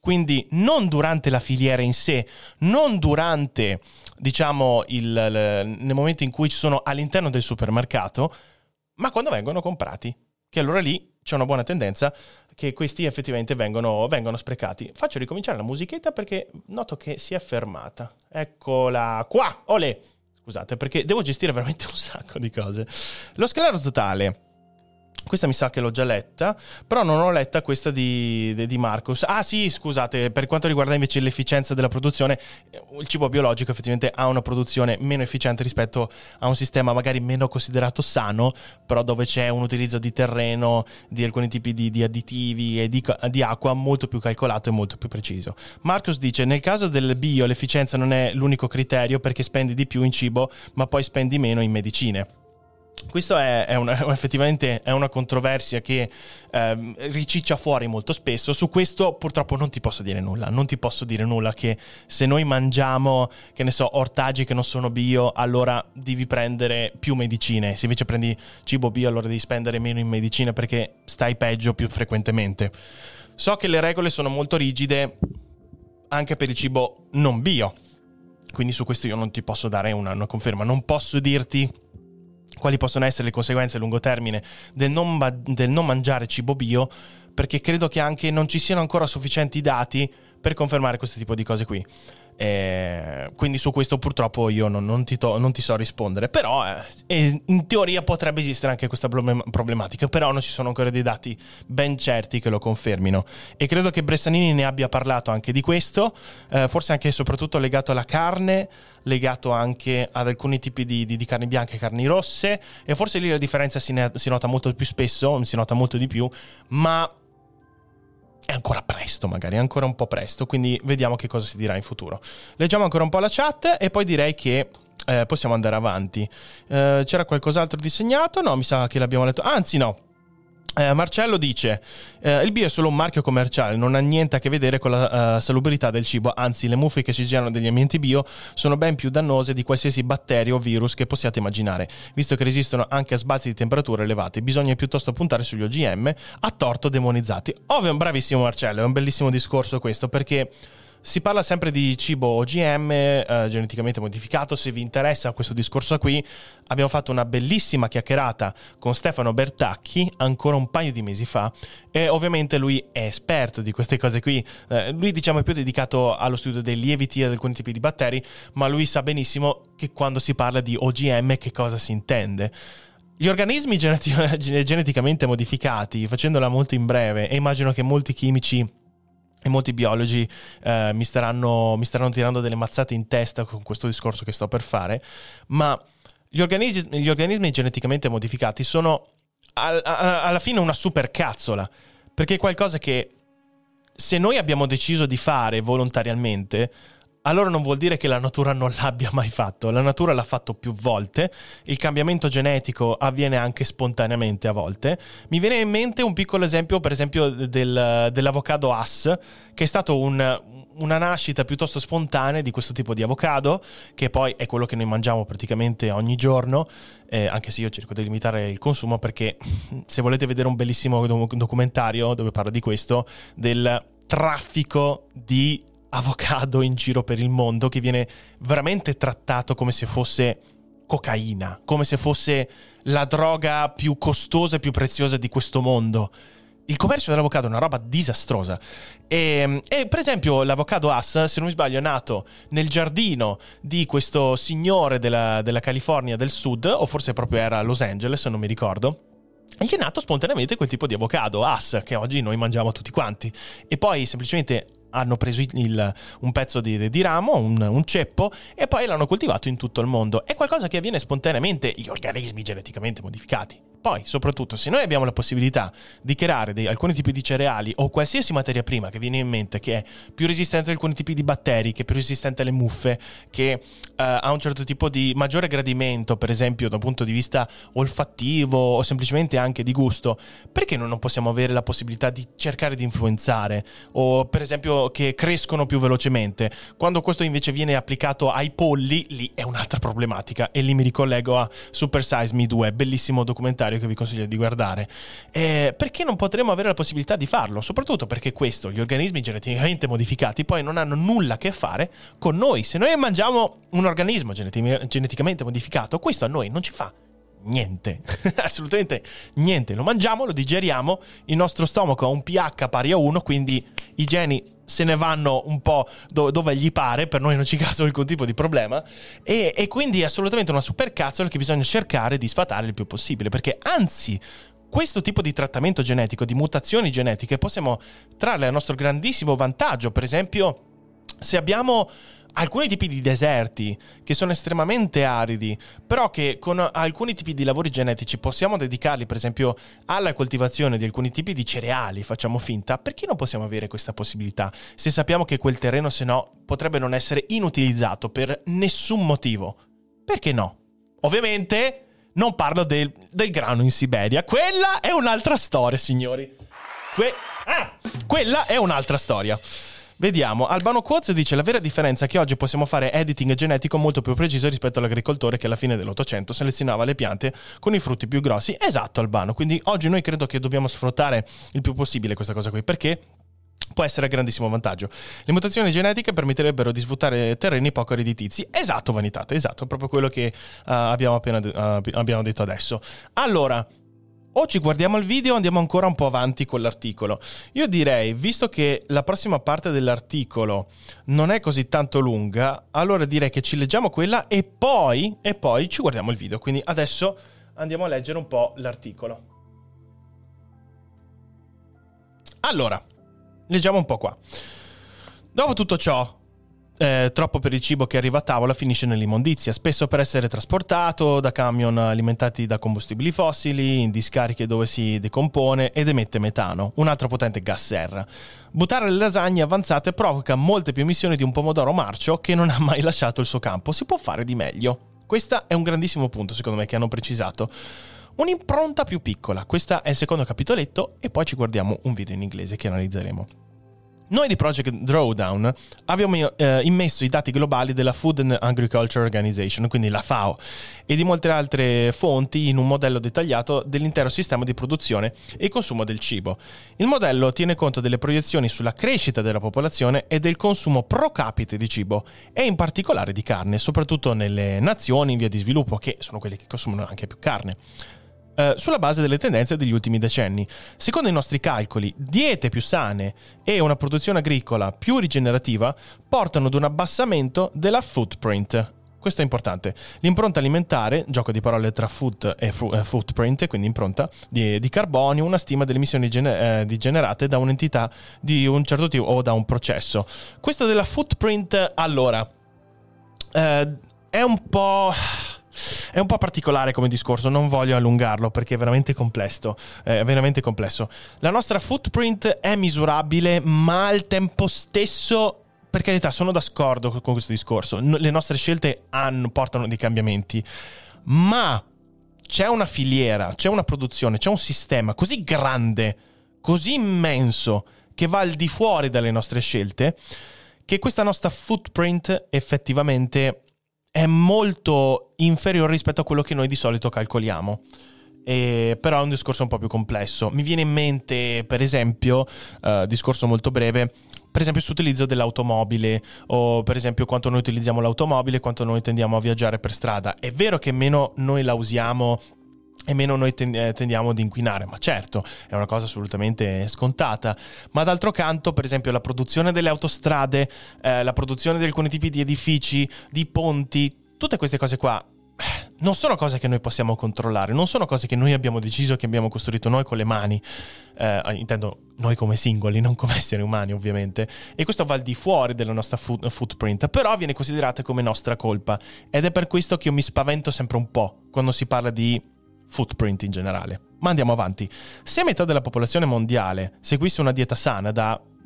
quindi non durante la filiera in sé, non durante, diciamo, nel momento in cui ci sono all'interno del supermercato, ma quando vengono comprati, che allora lì c'è una buona tendenza che questi effettivamente vengono sprecati. Faccio ricominciare la musichetta perché noto che si è fermata. Eccola qua, olè! Scusate, perché devo gestire veramente un sacco di cose. Lo sclero totale. Questa mi sa che l'ho già letta, però non ho letta questa di Marcus. Ah sì, scusate, per quanto riguarda invece l'efficienza della produzione, il cibo biologico effettivamente ha una produzione meno efficiente rispetto a un sistema magari meno considerato sano, però dove c'è un utilizzo di terreno, di alcuni tipi di additivi e di acqua molto più calcolato e molto più preciso. Marcus dice, nel caso del bio l'efficienza non è l'unico criterio perché spendi di più in cibo, ma poi spendi meno in medicine. Questo effettivamente è una controversia che riciccia fuori molto spesso. Su questo purtroppo non ti posso dire nulla. Non ti posso dire nulla che se noi mangiamo, che ne so, ortaggi che non sono bio, allora devi prendere più medicine. Se invece prendi cibo bio, allora devi spendere meno in medicine perché stai peggio più frequentemente. So che le regole sono molto rigide anche per il cibo non bio. Quindi su questo io non ti posso dare una conferma. Non posso dirti quali possono essere le conseguenze a lungo termine del non mangiare cibo bio, perché credo che anche non ci siano ancora sufficienti dati per confermare questo tipo di cose qui. Quindi su questo purtroppo io non ti so rispondere, però in teoria potrebbe esistere anche questa problematica, però non ci sono ancora dei dati ben certi che lo confermino, e credo che Bressanini ne abbia parlato anche di questo, forse anche e soprattutto legato alla carne, legato anche ad alcuni tipi di carni bianche e carni rosse, e forse lì la differenza si nota molto più spesso, si nota molto di più, ma è ancora presto, magari è ancora un po' presto, quindi vediamo che cosa si dirà in futuro. Leggiamo ancora un po' la chat e poi direi che possiamo andare avanti. C'era qualcos'altro di segnato? No, mi sa che l'abbiamo letto. Anzi no, Marcello dice il bio è solo un marchio commerciale, non ha niente a che vedere con la salubrità del cibo, anzi le muffe che si girano degli ambienti bio sono ben più dannose di qualsiasi batterio o virus che possiate immaginare, visto che resistono anche a sbalzi di temperature elevate. Bisogna piuttosto puntare sugli OGM, a torto demonizzati. Ovvio, bravissimo Marcello, è un bellissimo discorso questo, perché si parla sempre di cibo OGM, geneticamente modificato. Se vi interessa questo discorso qui, abbiamo fatto una bellissima chiacchierata con Stefano Bertacchi ancora un paio di mesi fa, e ovviamente lui è esperto di queste cose qui. Lui, diciamo, è più dedicato allo studio dei lieviti e ad alcuni tipi di batteri, ma lui sa benissimo che quando si parla di OGM che cosa si intende. Gli organismi geneticamente modificati, facendola molto in breve, e immagino che molti chimici e molti biologi mi staranno tirando delle mazzate in testa con questo discorso che sto per fare, ma gli organismi geneticamente modificati sono alla fine una super cazzola, perché è qualcosa che se noi abbiamo deciso di fare volontariamente, allora non vuol dire che la natura non l'abbia mai fatto. La natura l'ha fatto più volte, il cambiamento genetico avviene anche spontaneamente a volte. Mi viene in mente un piccolo esempio, per esempio dell'avocado Hass, che è stato una nascita piuttosto spontanea di questo tipo di avocado, che poi è quello che noi mangiamo praticamente ogni giorno, anche se io cerco di limitare il consumo, perché se volete vedere un bellissimo documentario dove parla di questo, del traffico di avocado in giro per il mondo, che viene veramente trattato come se fosse cocaina, come se fosse la droga più costosa e più preziosa di questo mondo. Il commercio dell'avocado è una roba disastrosa. E per esempio l'avocado Hass, se non mi sbaglio, è nato nel giardino di questo signore della California del Sud, o forse proprio era Los Angeles, non mi ricordo. E gli è nato spontaneamente quel tipo di avocado Hass che oggi noi mangiamo tutti quanti, e poi semplicemente hanno preso un pezzo di ramo, un ceppo, e poi l'hanno coltivato in tutto il mondo. È qualcosa che avviene spontaneamente, gli organismi geneticamente modificati. Poi, soprattutto, se noi abbiamo la possibilità di creare alcuni tipi di cereali o qualsiasi materia prima che viene in mente che è più resistente ad alcuni tipi di batteri, che è più resistente alle muffe, che ha un certo tipo di maggiore gradimento, per esempio da un punto di vista olfattivo o semplicemente anche di gusto, perché non possiamo avere la possibilità di cercare di influenzare? O per esempio che crescono più velocemente. Quando questo invece viene applicato ai polli, lì è un'altra problematica, e lì mi ricollego a Super Size Me 2, bellissimo documentario che vi consiglio di guardare. Perché non potremo avere la possibilità di farlo? Soprattutto perché gli organismi geneticamente modificati poi non hanno nulla a che fare con noi. Se noi mangiamo un organismo geneticamente modificato, questo a noi non ci fa niente, assolutamente niente. Lo mangiamo, lo digeriamo, il nostro stomaco ha un pH pari a 1, quindi i geni se ne vanno un po' dove gli pare, per noi non ci causa alcun tipo di problema, e quindi è assolutamente una supercazzola che bisogna cercare di sfatare il più possibile, perché anzi questo tipo di trattamento genetico, di mutazioni genetiche, possiamo trarle a nostro grandissimo vantaggio. Per esempio, se abbiamo alcuni tipi di deserti che sono estremamente aridi, però che con alcuni tipi di lavori genetici possiamo dedicarli, per esempio, alla coltivazione di alcuni tipi di cereali, facciamo finta, perché non possiamo avere questa possibilità? Se sappiamo che quel terreno, se no, potrebbe non essere inutilizzato per nessun motivo. Perché no? Ovviamente non parlo del grano in Siberia. Quella è un'altra storia, signori. Quella è un'altra storia. Vediamo, Albano Quoz dice: la vera differenza è che oggi possiamo fare editing genetico molto più preciso rispetto all'agricoltore che alla fine dell'Ottocento selezionava le piante con i frutti più grossi. Esatto, Albano, quindi oggi noi credo che dobbiamo sfruttare il più possibile questa cosa qui, perché può essere a grandissimo vantaggio. Le mutazioni genetiche permetterebbero di sfruttare terreni poco redditizi. Esatto, Vanitate, esatto, proprio quello che abbiamo detto adesso. Allora, o ci guardiamo il video o andiamo ancora un po' avanti con l'articolo. Io direi, visto che la prossima parte dell'articolo non è così tanto lunga, allora direi che ci leggiamo quella e poi ci guardiamo il video. Quindi adesso andiamo a leggere un po' l'articolo. Allora, leggiamo un po' qua. Dopo tutto ciò, troppo per il cibo che arriva a tavola finisce nell'immondizia, spesso per essere trasportato da camion alimentati da combustibili fossili, in discariche dove si decompone ed emette metano, un altro potente gas serra. Buttare le lasagne avanzate provoca molte più emissioni di un pomodoro marcio che non ha mai lasciato il suo campo. Si può fare di meglio. Questo è un grandissimo punto, secondo me, che hanno precisato. Un'impronta più piccola. Questo è il secondo capitoletto e poi ci guardiamo un video in inglese che analizzeremo. Noi di Project Drawdown abbiamo immesso i dati globali della Food and Agriculture Organization, quindi la FAO, e di molte altre fonti in un modello dettagliato dell'intero sistema di produzione e consumo del cibo. Il modello tiene conto delle proiezioni sulla crescita della popolazione e del consumo pro capite di cibo, e in particolare di carne, soprattutto nelle nazioni in via di sviluppo, che sono quelle che consumano anche più carne. Sulla base delle tendenze degli ultimi decenni. Secondo i nostri calcoli, diete più sane e una produzione agricola più rigenerativa portano ad un abbassamento della footprint. Questo è importante. L'impronta alimentare, gioco di parole tra food e footprint, quindi impronta di carbonio, una stima delle emissioni generate da un'entità di un certo tipo o da un processo. Questa della footprint, allora, è un po' particolare come discorso, non voglio allungarlo perché è veramente complesso. La nostra footprint è misurabile, ma al tempo stesso, per carità, sono d'accordo con questo discorso. Le nostre scelte portano dei cambiamenti, ma c'è una filiera, c'è una produzione, c'è un sistema così grande, così immenso, che va al di fuori dalle nostre scelte, che questa nostra footprint effettivamente è molto inferiore rispetto a quello che noi di solito calcoliamo. Però è un discorso un po' più complesso. Mi viene in mente, per esempio, discorso molto breve, per esempio sull'utilizzo dell'automobile, o per esempio quanto noi utilizziamo l'automobile, quanto noi tendiamo a viaggiare per strada. È vero che meno noi la usiamo e meno noi tendiamo ad inquinare, ma certo, è una cosa assolutamente scontata. Ma d'altro canto, per esempio, la produzione delle autostrade, la produzione di alcuni tipi di edifici, di ponti, tutte queste cose qua non sono cose che noi possiamo controllare, non sono cose che noi abbiamo deciso, che abbiamo costruito noi con le mani, intendo noi come singoli, non come esseri umani ovviamente, e questo va al di fuori della nostra footprint, però viene considerata come nostra colpa, ed è per questo che io mi spavento sempre un po' quando si parla di footprint in generale. Ma andiamo avanti. Se metà della popolazione mondiale seguisse una dieta sana da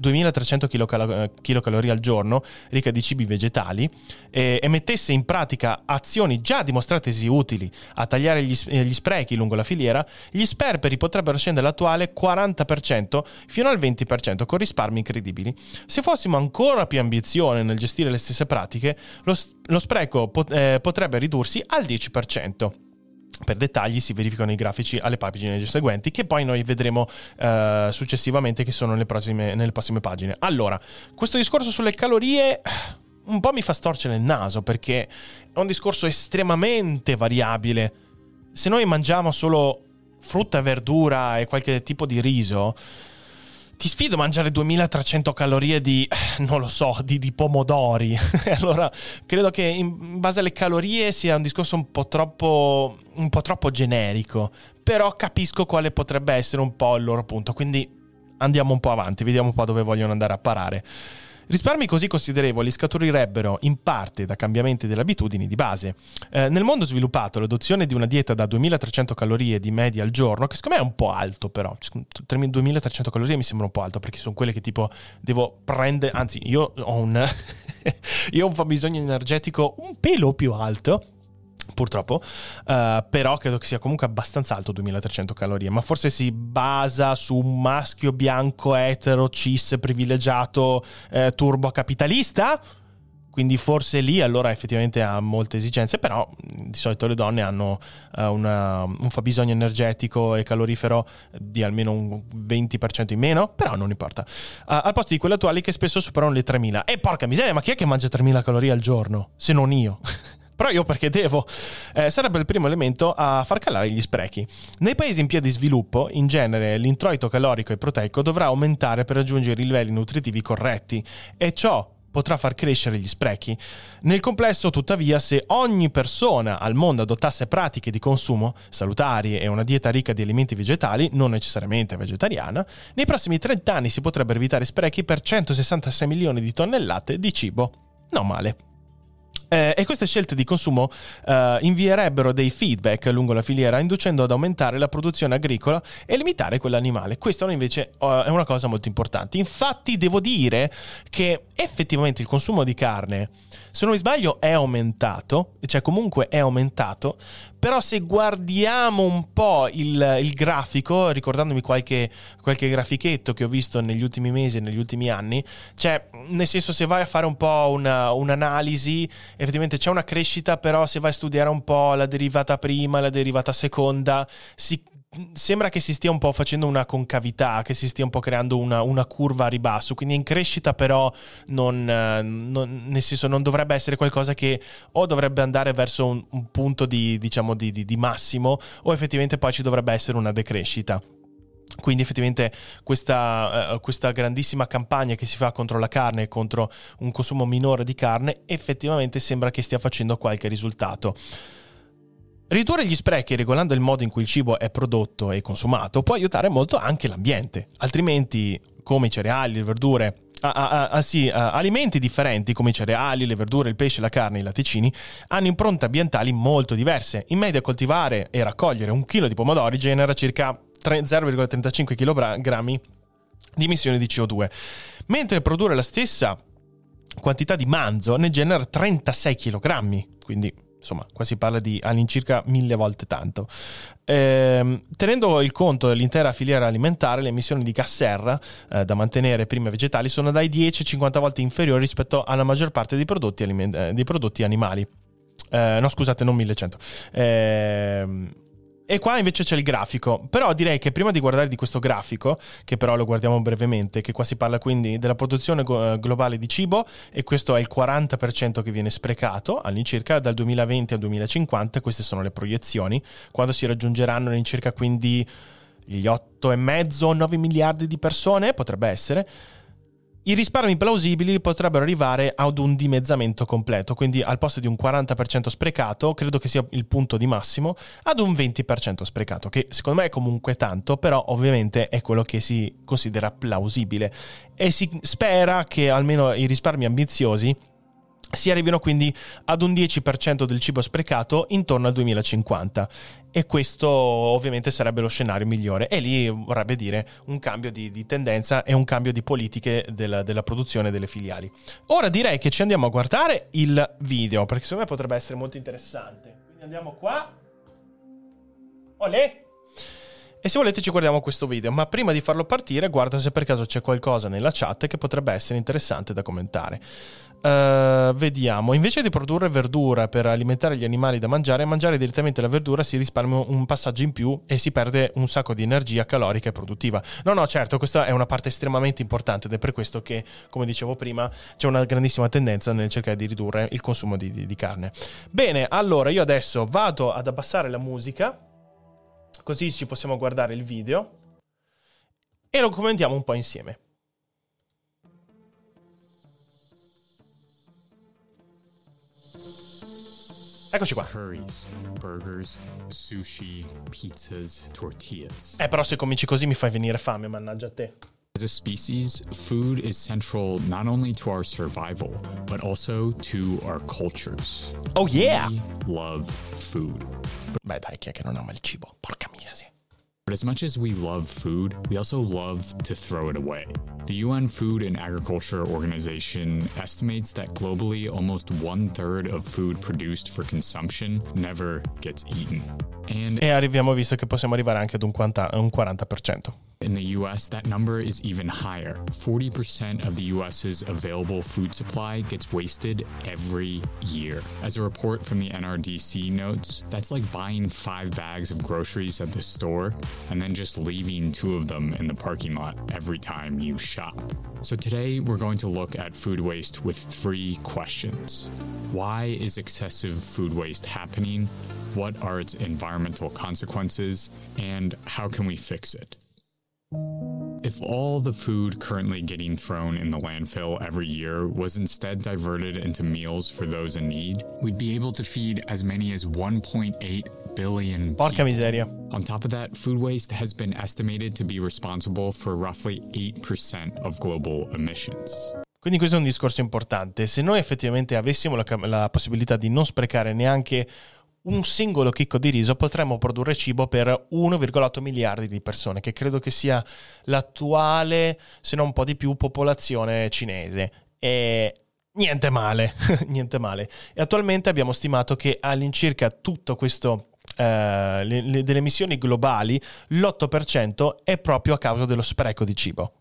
2300 kcal al giorno, ricca di cibi vegetali, e mettesse in pratica azioni già dimostratesi utili a tagliare gli sprechi lungo la filiera, gli sperperi potrebbero scendere l'attuale 40% fino al 20%, con risparmi incredibili. Se fossimo ancora più ambiziosi nel gestire le stesse pratiche, lo spreco potrebbe ridursi al 10%. Per dettagli si verificano i grafici alle pagine seguenti, che poi noi vedremo successivamente, che sono nelle prossime pagine. Allora, questo discorso sulle calorie un po' mi fa storcere il naso, perché è un discorso estremamente variabile. Se noi mangiamo solo frutta e verdura e qualche tipo di riso, ti sfido a mangiare 2300 calorie di, non lo so, di pomodori. Allora, credo che in base alle calorie sia un discorso un po' troppo generico, però capisco quale potrebbe essere un po' il loro punto, quindi andiamo un po' avanti, vediamo un po' dove vogliono andare a parare. Risparmi così considerevoli scaturirebbero in parte da cambiamenti delle abitudini di base. Nel mondo sviluppato, l'adozione di una dieta da 2300 calorie di media al giorno, che secondo me è un po' alto però, 2300 calorie mi sembra un po' alto, perché sono quelle che tipo devo prendere, anzi io ho un fabbisogno energetico un pelo più alto, purtroppo, però credo che sia comunque abbastanza alto 2300 calorie, ma forse si basa su un maschio bianco etero cis privilegiato turbo capitalista, quindi forse lì allora effettivamente ha molte esigenze, però di solito le donne hanno un fabbisogno energetico e calorifero di almeno un 20% in meno, però non importa, al posto di quelle attuali che spesso superano le 3000. E porca miseria, ma chi è che mangia 3000 calorie al giorno? Se non io. Però io perché devo? Sarebbe il primo elemento a far calare gli sprechi. Nei paesi in via di sviluppo, in genere, l'introito calorico e proteico dovrà aumentare per raggiungere i livelli nutritivi corretti, e ciò potrà far crescere gli sprechi. Nel complesso, tuttavia, se ogni persona al mondo adottasse pratiche di consumo salutari e una dieta ricca di alimenti vegetali, non necessariamente vegetariana, nei prossimi 30 anni si potrebbero evitare sprechi per 166 milioni di tonnellate di cibo. Non male. E queste scelte di consumo invierebbero dei feedback lungo la filiera, inducendo ad aumentare la produzione agricola e limitare quella animale. Questa invece è una cosa molto importante. Infatti devo dire che effettivamente il consumo di carne, se non mi sbaglio, è aumentato, cioè comunque è aumentato, però se guardiamo un po' il grafico, ricordandomi qualche grafichetto che ho visto negli ultimi mesi e negli ultimi anni, cioè nel senso, se vai a fare un po' un'analisi, effettivamente c'è una crescita, però se vai a studiare un po' la derivata prima e la derivata seconda, sembra che si stia un po' facendo una concavità, che si stia un po' creando una curva a ribasso, quindi è in crescita, però nel senso non dovrebbe essere qualcosa che o dovrebbe andare verso un punto di massimo, o effettivamente poi ci dovrebbe essere una decrescita. Quindi effettivamente questa grandissima campagna che si fa contro la carne e contro un consumo minore di carne effettivamente sembra che stia facendo qualche risultato. Ridurre gli sprechi regolando il modo in cui il cibo è prodotto e consumato può aiutare molto anche l'ambiente. Altrimenti, come i cereali, le verdure, alimenti differenti come i cereali, le verdure, il pesce, la carne e i latticini hanno impronte ambientali molto diverse. In media coltivare e raccogliere 1 chilo di pomodori genera circa 0,35 kg di emissioni di CO2, mentre produrre la stessa quantità di manzo ne genera 36 kg, quindi insomma qua si parla di all'incirca 1000 volte tanto. Tenendo il conto dell'intera filiera alimentare, le emissioni di gas serra da mantenere prime vegetali sono dai 10 a 50 volte inferiori rispetto alla maggior parte dei prodotti animali. No, scusate, non 1100. E qua invece c'è il grafico, però direi che prima di guardare di questo grafico, che però lo guardiamo brevemente, che qua si parla quindi della produzione globale di cibo, e questo è il 40% che viene sprecato all'incirca dal 2020 al 2050, queste sono le proiezioni, quando si raggiungeranno all'incirca quindi gli 8,5-9 miliardi di persone, potrebbe essere. I risparmi plausibili potrebbero arrivare ad un dimezzamento completo, quindi al posto di un 40% sprecato, credo che sia il punto di massimo, ad un 20% sprecato, che secondo me è comunque tanto, però ovviamente è quello che si considera plausibile. E si spera che almeno i risparmi ambiziosi si arrivino quindi ad un 10% del cibo sprecato intorno al 2050, e questo ovviamente sarebbe lo scenario migliore, e lì vorrebbe dire un cambio di tendenza e un cambio di politiche della produzione delle filiali. Ora direi che ci andiamo a guardare il video, perché secondo me potrebbe essere molto interessante. Quindi andiamo qua. Olè! E se volete ci guardiamo questo video, ma prima di farlo partire guarda se per caso c'è qualcosa nella chat che potrebbe essere interessante da commentare. Vediamo. Invece di produrre verdura per alimentare gli animali da mangiare direttamente la verdura si risparmia un passaggio in più e si perde un sacco di energia calorica e produttiva. No, certo, questa è una parte estremamente importante ed è per questo che, come dicevo prima, c'è una grandissima tendenza nel cercare di ridurre il consumo di carne. Bene, allora io adesso vado ad abbassare la musica, così ci possiamo guardare il video e lo commentiamo un po' insieme. Eccoci qua. Curries, burgers, sushi, pizzas, tortillas. Però se cominci così mi fai venire fame, mannaggia a te. As a species, food is central not only to our survival, but also to our cultures. Oh yeah! We love food. Beh dai, chi è che non ama il cibo? Porca miseria, sì. But as much as we love food, we also love to throw it away. The UN Food and Agriculture Organization estimates that globally almost 1/3 of food produced for consumption never gets eaten. E abbiamo visto che possiamo arrivare anche ad un 40%. In the US, that number is even higher. 40% of the US's available food supply gets wasted every year. As a report from the NRDC notes, that's like buying 5 bags of groceries at the store and then just leaving 2 of them in the parking lot every time you shop. So today we're going to look at food waste with 3 questions. Why is excessive food waste happening? What are its environmental consequences? And how can we fix it? If all the food currently getting thrown in the landfill every year was instead diverted into meals for those in need, we'd be able to feed as many as 1.8 billion Porca people. miseria. On top of that, food waste has been estimated to be responsible for roughly 8% of global emissions. Quindi questo è un discorso importante. Se noi effettivamente avessimo la possibilità di non sprecare neanche un singolo chicco di riso, potremmo produrre cibo per 1,8 miliardi di persone, che credo che sia l'attuale, se non un po' di più, popolazione cinese. E niente male, niente male. E attualmente abbiamo stimato che all'incirca tutto questo delle emissioni globali, l'8% è proprio a causa dello spreco di cibo.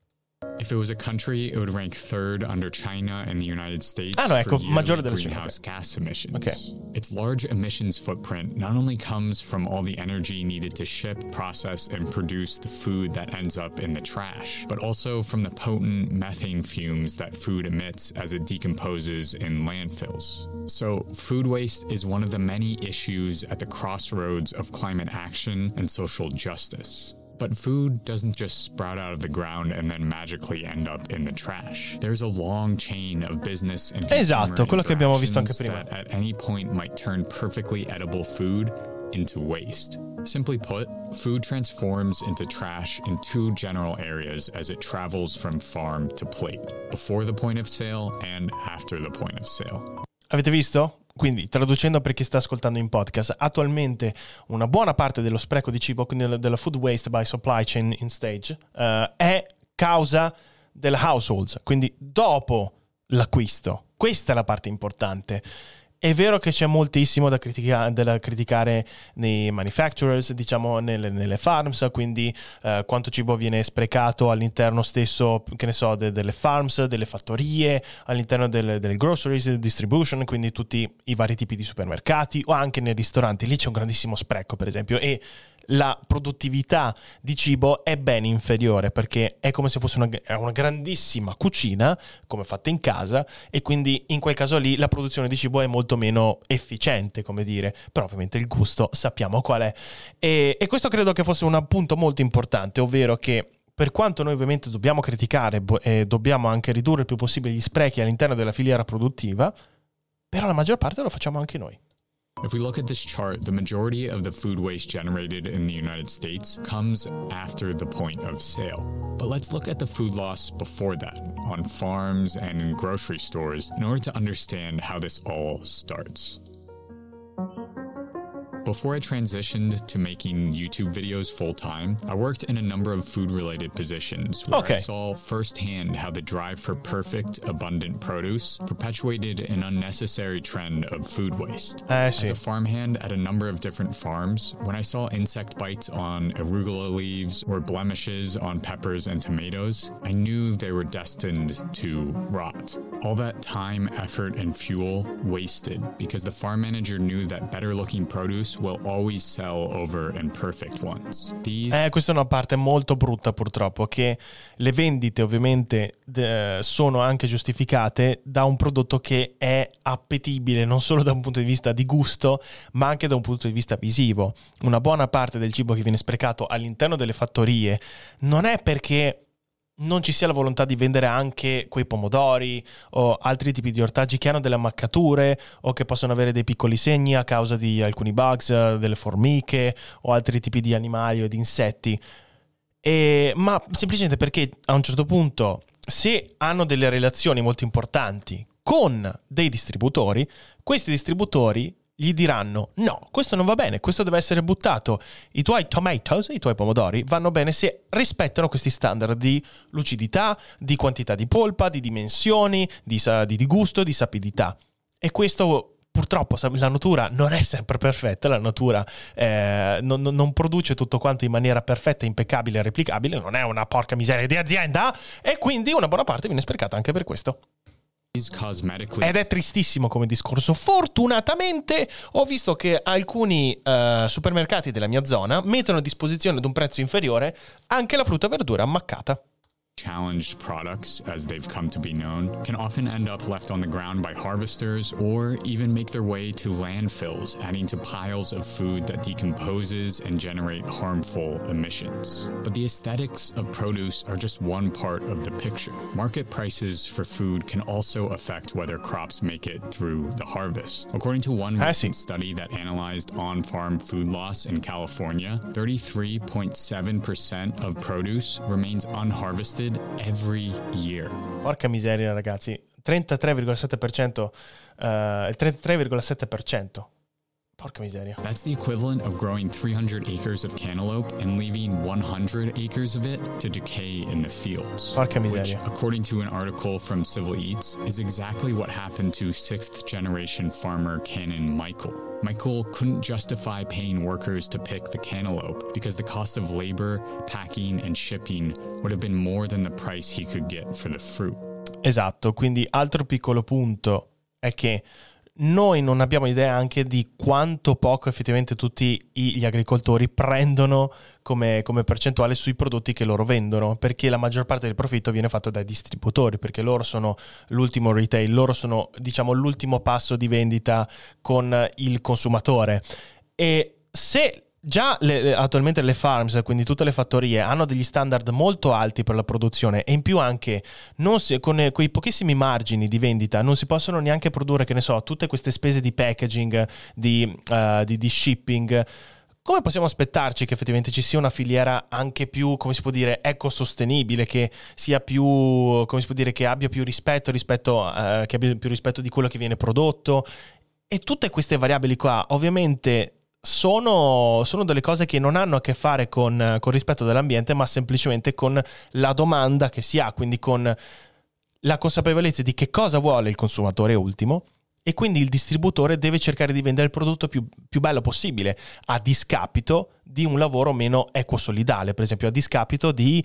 If it was a country, it would rank 3rd under China and the United States ecco, for maggiore yearly della Cina. greenhouse gas emissions. Okay. Its large emissions footprint not only comes from all the energy needed to ship, process, and produce the food that ends up in the trash, but also from the potent methane fumes that food emits as it decomposes in landfills. So, food waste is one of the many issues at the crossroads of climate action and social justice. But food doesn't just sprout out of the ground and then magically end up in the trash. There's a long chain of business and Esatto, quello che abbiamo visto anche prima. that at any point might turn perfectly edible food into waste. Simply put, food transforms into trash in 2 general areas as it travels from farm to plate, before the point of sale and after the point of sale. Avete visto? Quindi, traducendo per chi sta ascoltando in podcast, attualmente una buona parte dello spreco di cibo, quindi della food waste by supply chain in stage, è causa delle households, quindi dopo l'acquisto. Questa è la parte importante. È vero che c'è moltissimo da criticare nei manufacturers, diciamo nelle farms, quindi quanto cibo viene sprecato all'interno stesso, che ne so, delle farms, delle fattorie, all'interno delle groceries, distribution, quindi tutti i vari tipi di supermercati, o anche nei ristoranti. Lì c'è un grandissimo spreco, per esempio, e la produttività di cibo è ben inferiore, perché è come se fosse una grandissima cucina, come fatta in casa, e quindi in quel caso lì la produzione di cibo è molto meno efficiente, come dire, però ovviamente il gusto sappiamo qual è. E questo credo che fosse un punto molto importante, ovvero che per quanto noi ovviamente dobbiamo criticare e dobbiamo anche ridurre il più possibile gli sprechi all'interno della filiera produttiva, però la maggior parte lo facciamo anche noi. If we look at this chart, the majority of the food waste generated in the United States comes after the point of sale. But let's look at the food loss before that, on farms and in grocery stores, in order to understand how this all starts. Before I transitioned to making YouTube videos full-time, I worked in a number of food-related positions where I saw firsthand how the drive for perfect, abundant produce perpetuated an unnecessary trend of food waste. As a farmhand at a number of different farms, when I saw insect bites on arugula leaves or blemishes on peppers and tomatoes, I knew they were destined to rot. All that time, effort, and fuel wasted because the farm manager knew that better-looking produce will always sell over imperfect ones. Questa è una parte molto brutta purtroppo, che le vendite ovviamente sono anche giustificate da un prodotto che è appetibile non solo da un punto di vista di gusto ma anche da un punto di vista visivo. Una buona parte del cibo che viene sprecato all'interno delle fattorie non è perché non ci sia la volontà di vendere anche quei pomodori o altri tipi di ortaggi che hanno delle ammaccature o che possono avere dei piccoli segni a causa di alcuni bugs, delle formiche o altri tipi di animali o di insetti, ma semplicemente perché a un certo punto, se hanno delle relazioni molto importanti con dei distributori, questi distributori gli diranno: no, questo non va bene, questo deve essere buttato. I tuoi tomatoes, i tuoi pomodori, vanno bene se rispettano questi standard di lucidità, di quantità di polpa, di dimensioni, di gusto, di sapidità. E questo purtroppo la natura non è sempre perfetta, la natura non produce tutto quanto in maniera perfetta, impeccabile e replicabile, non è una porca miseria di azienda, e quindi una buona parte viene sprecata anche per questo. Ed è tristissimo come discorso. Fortunatamente ho visto che alcuni supermercati della mia zona mettono a disposizione ad un prezzo inferiore anche la frutta e verdura ammaccata. Challenged products, as they've come to be known, can often end up left on the ground by harvesters or even make their way to landfills, adding to piles of food that decomposes and generate harmful emissions. But the aesthetics of produce are just one part of the picture. Market prices for food can also affect whether crops make it through the harvest. According to one recent study that analyzed on-farm food loss in California, 33.7% of produce remains unharvested every year. Porca miseria, ragazzi, 33,7%, il 33,7%. Porca miseria. That's the equivalent of growing 300 acres of cantaloupe and leaving 100 acres of it to decay in the fields. Porca miseria. Which, according to an article from Civil Eats, is exactly what happened to sixth-generation farmer Canon Michael. Michael couldn't justify paying workers to pick the cantaloupe because the cost of labor, packing, and shipping would have been more than the price he could get for the fruit. Esatto, quindi altro piccolo punto è che noi non abbiamo idea anche di quanto poco effettivamente tutti gli agricoltori prendono come percentuale sui prodotti che loro vendono, perché la maggior parte del profitto viene fatto dai distributori, perché loro sono l'ultimo retail, loro sono, diciamo, l'ultimo passo di vendita con il consumatore. E se già attualmente le farms, quindi tutte le fattorie, hanno degli standard molto alti per la produzione e in più anche con quei pochissimi margini di vendita non si possono neanche produrre, che ne so, tutte queste spese di packaging, di shipping. Come possiamo aspettarci che effettivamente ci sia una filiera anche più, come si può dire, ecosostenibile, che sia più, come si può dire, che abbia più rispetto che abbia più rispetto di quello che viene prodotto? E tutte queste variabili qua ovviamente sono delle cose che non hanno a che fare con rispetto dell'ambiente, ma semplicemente con la domanda che si ha, quindi con la consapevolezza di che cosa vuole il consumatore ultimo, e quindi il distributore deve cercare di vendere il prodotto più bello possibile, a discapito di un lavoro meno ecosolidale, per esempio a discapito di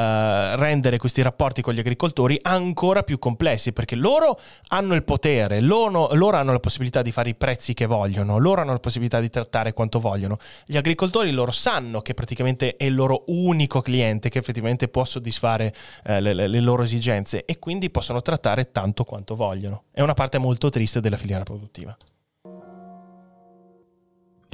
rendere questi rapporti con gli agricoltori ancora più complessi, perché loro hanno il potere, loro hanno la possibilità di fare i prezzi che vogliono, loro hanno la possibilità di trattare quanto vogliono. Gli agricoltori loro sanno che praticamente è il loro unico cliente che effettivamente può soddisfare le loro esigenze, e quindi possono trattare tanto quanto vogliono. È una parte molto triste della filiera produttiva.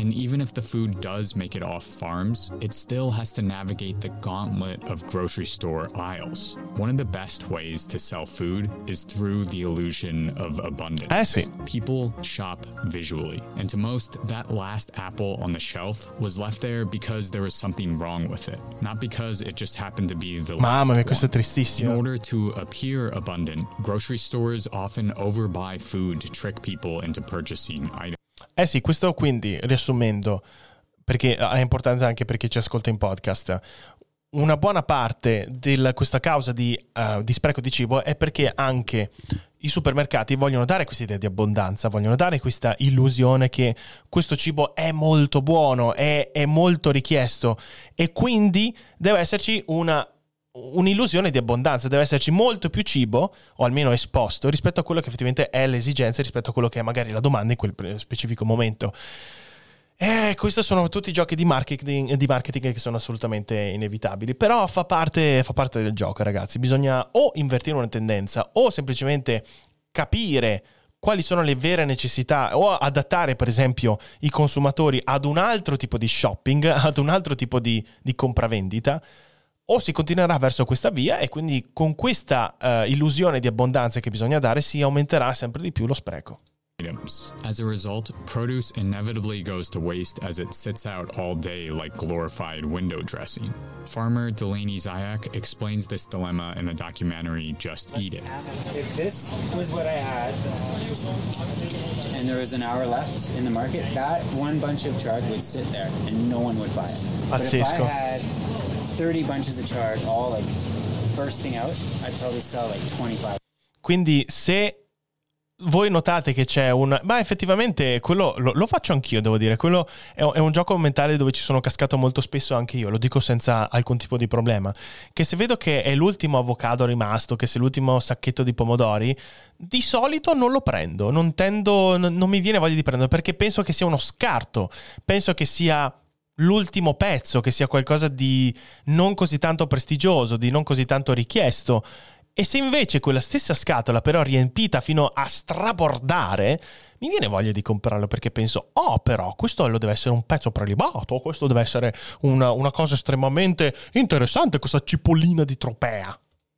And even if the food does make it off farms, it still has to navigate the gauntlet of grocery store aisles. One of the best ways to sell food is through the illusion of abundance. Sì. People shop visually, and to most, that last apple on the shelf was left there because there was something wrong with it, not because it just happened to be the last Mamma mia, questo è one. In tristissimo. order to appear abundant, grocery stores often overbuy food to trick people into purchasing items. Sì, questo quindi, riassumendo, perché è importante anche per chi ci ascolta in podcast, una buona parte di questa causa di spreco di cibo è perché anche i supermercati vogliono dare questa idea di abbondanza, vogliono dare questa illusione che questo cibo è molto buono, è molto richiesto, e quindi deve esserci un'illusione di abbondanza, deve esserci molto più cibo, o almeno esposto, rispetto a quello che effettivamente è l'esigenza, rispetto a quello che è magari la domanda in quel specifico momento. Questi sono tutti i giochi di marketing che sono assolutamente inevitabili, però fa parte del gioco, ragazzi. Bisogna o invertire una tendenza o semplicemente capire quali sono le vere necessità, o adattare per esempio i consumatori ad un altro tipo di shopping, ad un altro tipo di compravendita, o si continuerà verso questa via, e quindi con questa illusione di abbondanza che bisogna dare si aumenterà sempre di più lo spreco. As a result, produce inevitably goes to waste as it sits out all day like glorified window dressing. Farmer Delaney Zayak explains this dilemma in the documentary Just Eat It. If this was what I had and there was an hour left in the market, that one bunch of chard would sit there and no one would buy it. But if I had 30 bunches of chard all like bursting out, I'd probably sell like 25. Quindi se voi notate che c'è ma effettivamente quello lo faccio anch'io, devo dire. Quello è un gioco mentale dove ci sono cascato molto spesso anche io, lo dico senza alcun tipo di problema, che se vedo che è l'ultimo avocado rimasto, che se è l'ultimo sacchetto di pomodori, di solito non lo prendo, non mi viene voglia di prenderlo, perché penso che sia uno scarto, penso che sia l'ultimo pezzo, che sia qualcosa di non così tanto prestigioso, di non così tanto richiesto. E se invece quella stessa scatola però riempita fino a strabordare, mi viene voglia di comprarlo, perché penso, però questo deve essere un pezzo prelibato, questo deve essere una cosa estremamente interessante, questa cipollina di Tropea.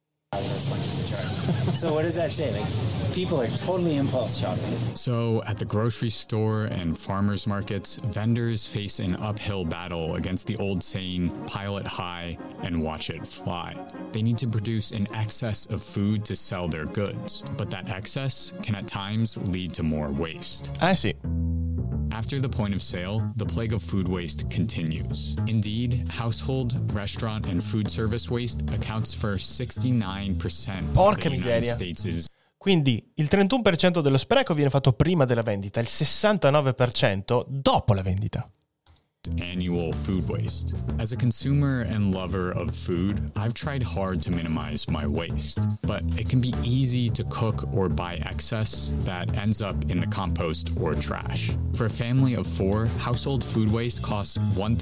So what does that say? Like, people are totally impulse shopping. So at the grocery store and farmers markets, vendors face an uphill battle against the old saying, pile it high and watch it fly. They need to produce an excess of food to sell their goods, but that excess can at times lead to more waste. Sì. After the point of sale, the plague of food waste continues. Indeed, household, restaurant, and food service waste accounts for 69% Porca of the miseria. United States' Quindi il 31% dello spreco viene fatto prima della vendita, il 69% dopo la vendita. annual food waste. As a consumer and lover of food, I've tried hard to minimize my waste, but it can be easy to cook or buy excess that ends up in the compost or trash. For a family of 4, household food waste costs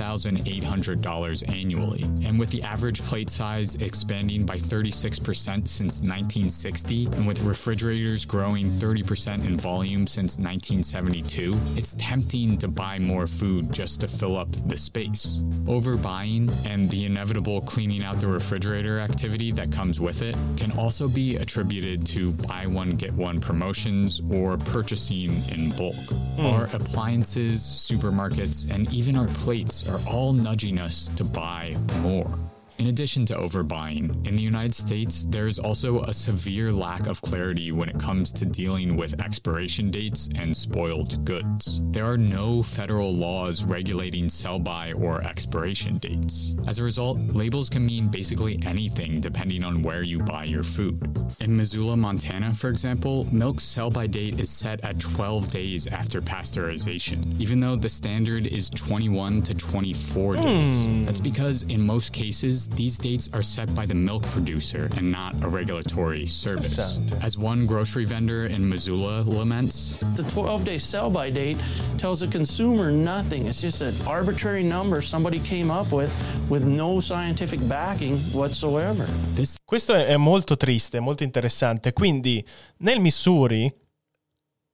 $1,800 annually, and with the average plate size expanding by 36% since 1960, and with refrigerators growing 30% in volume since 1972, it's tempting to buy more food just to fill up the space. Overbuying and the inevitable cleaning out the refrigerator activity that comes with it can also be attributed to buy one get one promotions or purchasing in bulk. Our appliances, supermarkets, and even our plates are all nudging us to buy more. In addition to overbuying, in the United States, there is also a severe lack of clarity when it comes to dealing with expiration dates and spoiled goods. There are no federal laws regulating sell-by or expiration dates. As a result, labels can mean basically anything depending on where you buy your food. In Missoula, Montana, for example, milk's sell-by date is set at 12 days after pasteurization, even though the standard is 21 to 24 days. That's because in most cases, these dates are set by the milk producer and not a regulatory service. As one grocery vendor in Missoula laments, the 12-day sell-by date tells the consumer nothing. It's just an arbitrary number somebody came up with no scientific backing whatsoever. Questo è molto triste, molto interessante. Quindi nel Missouri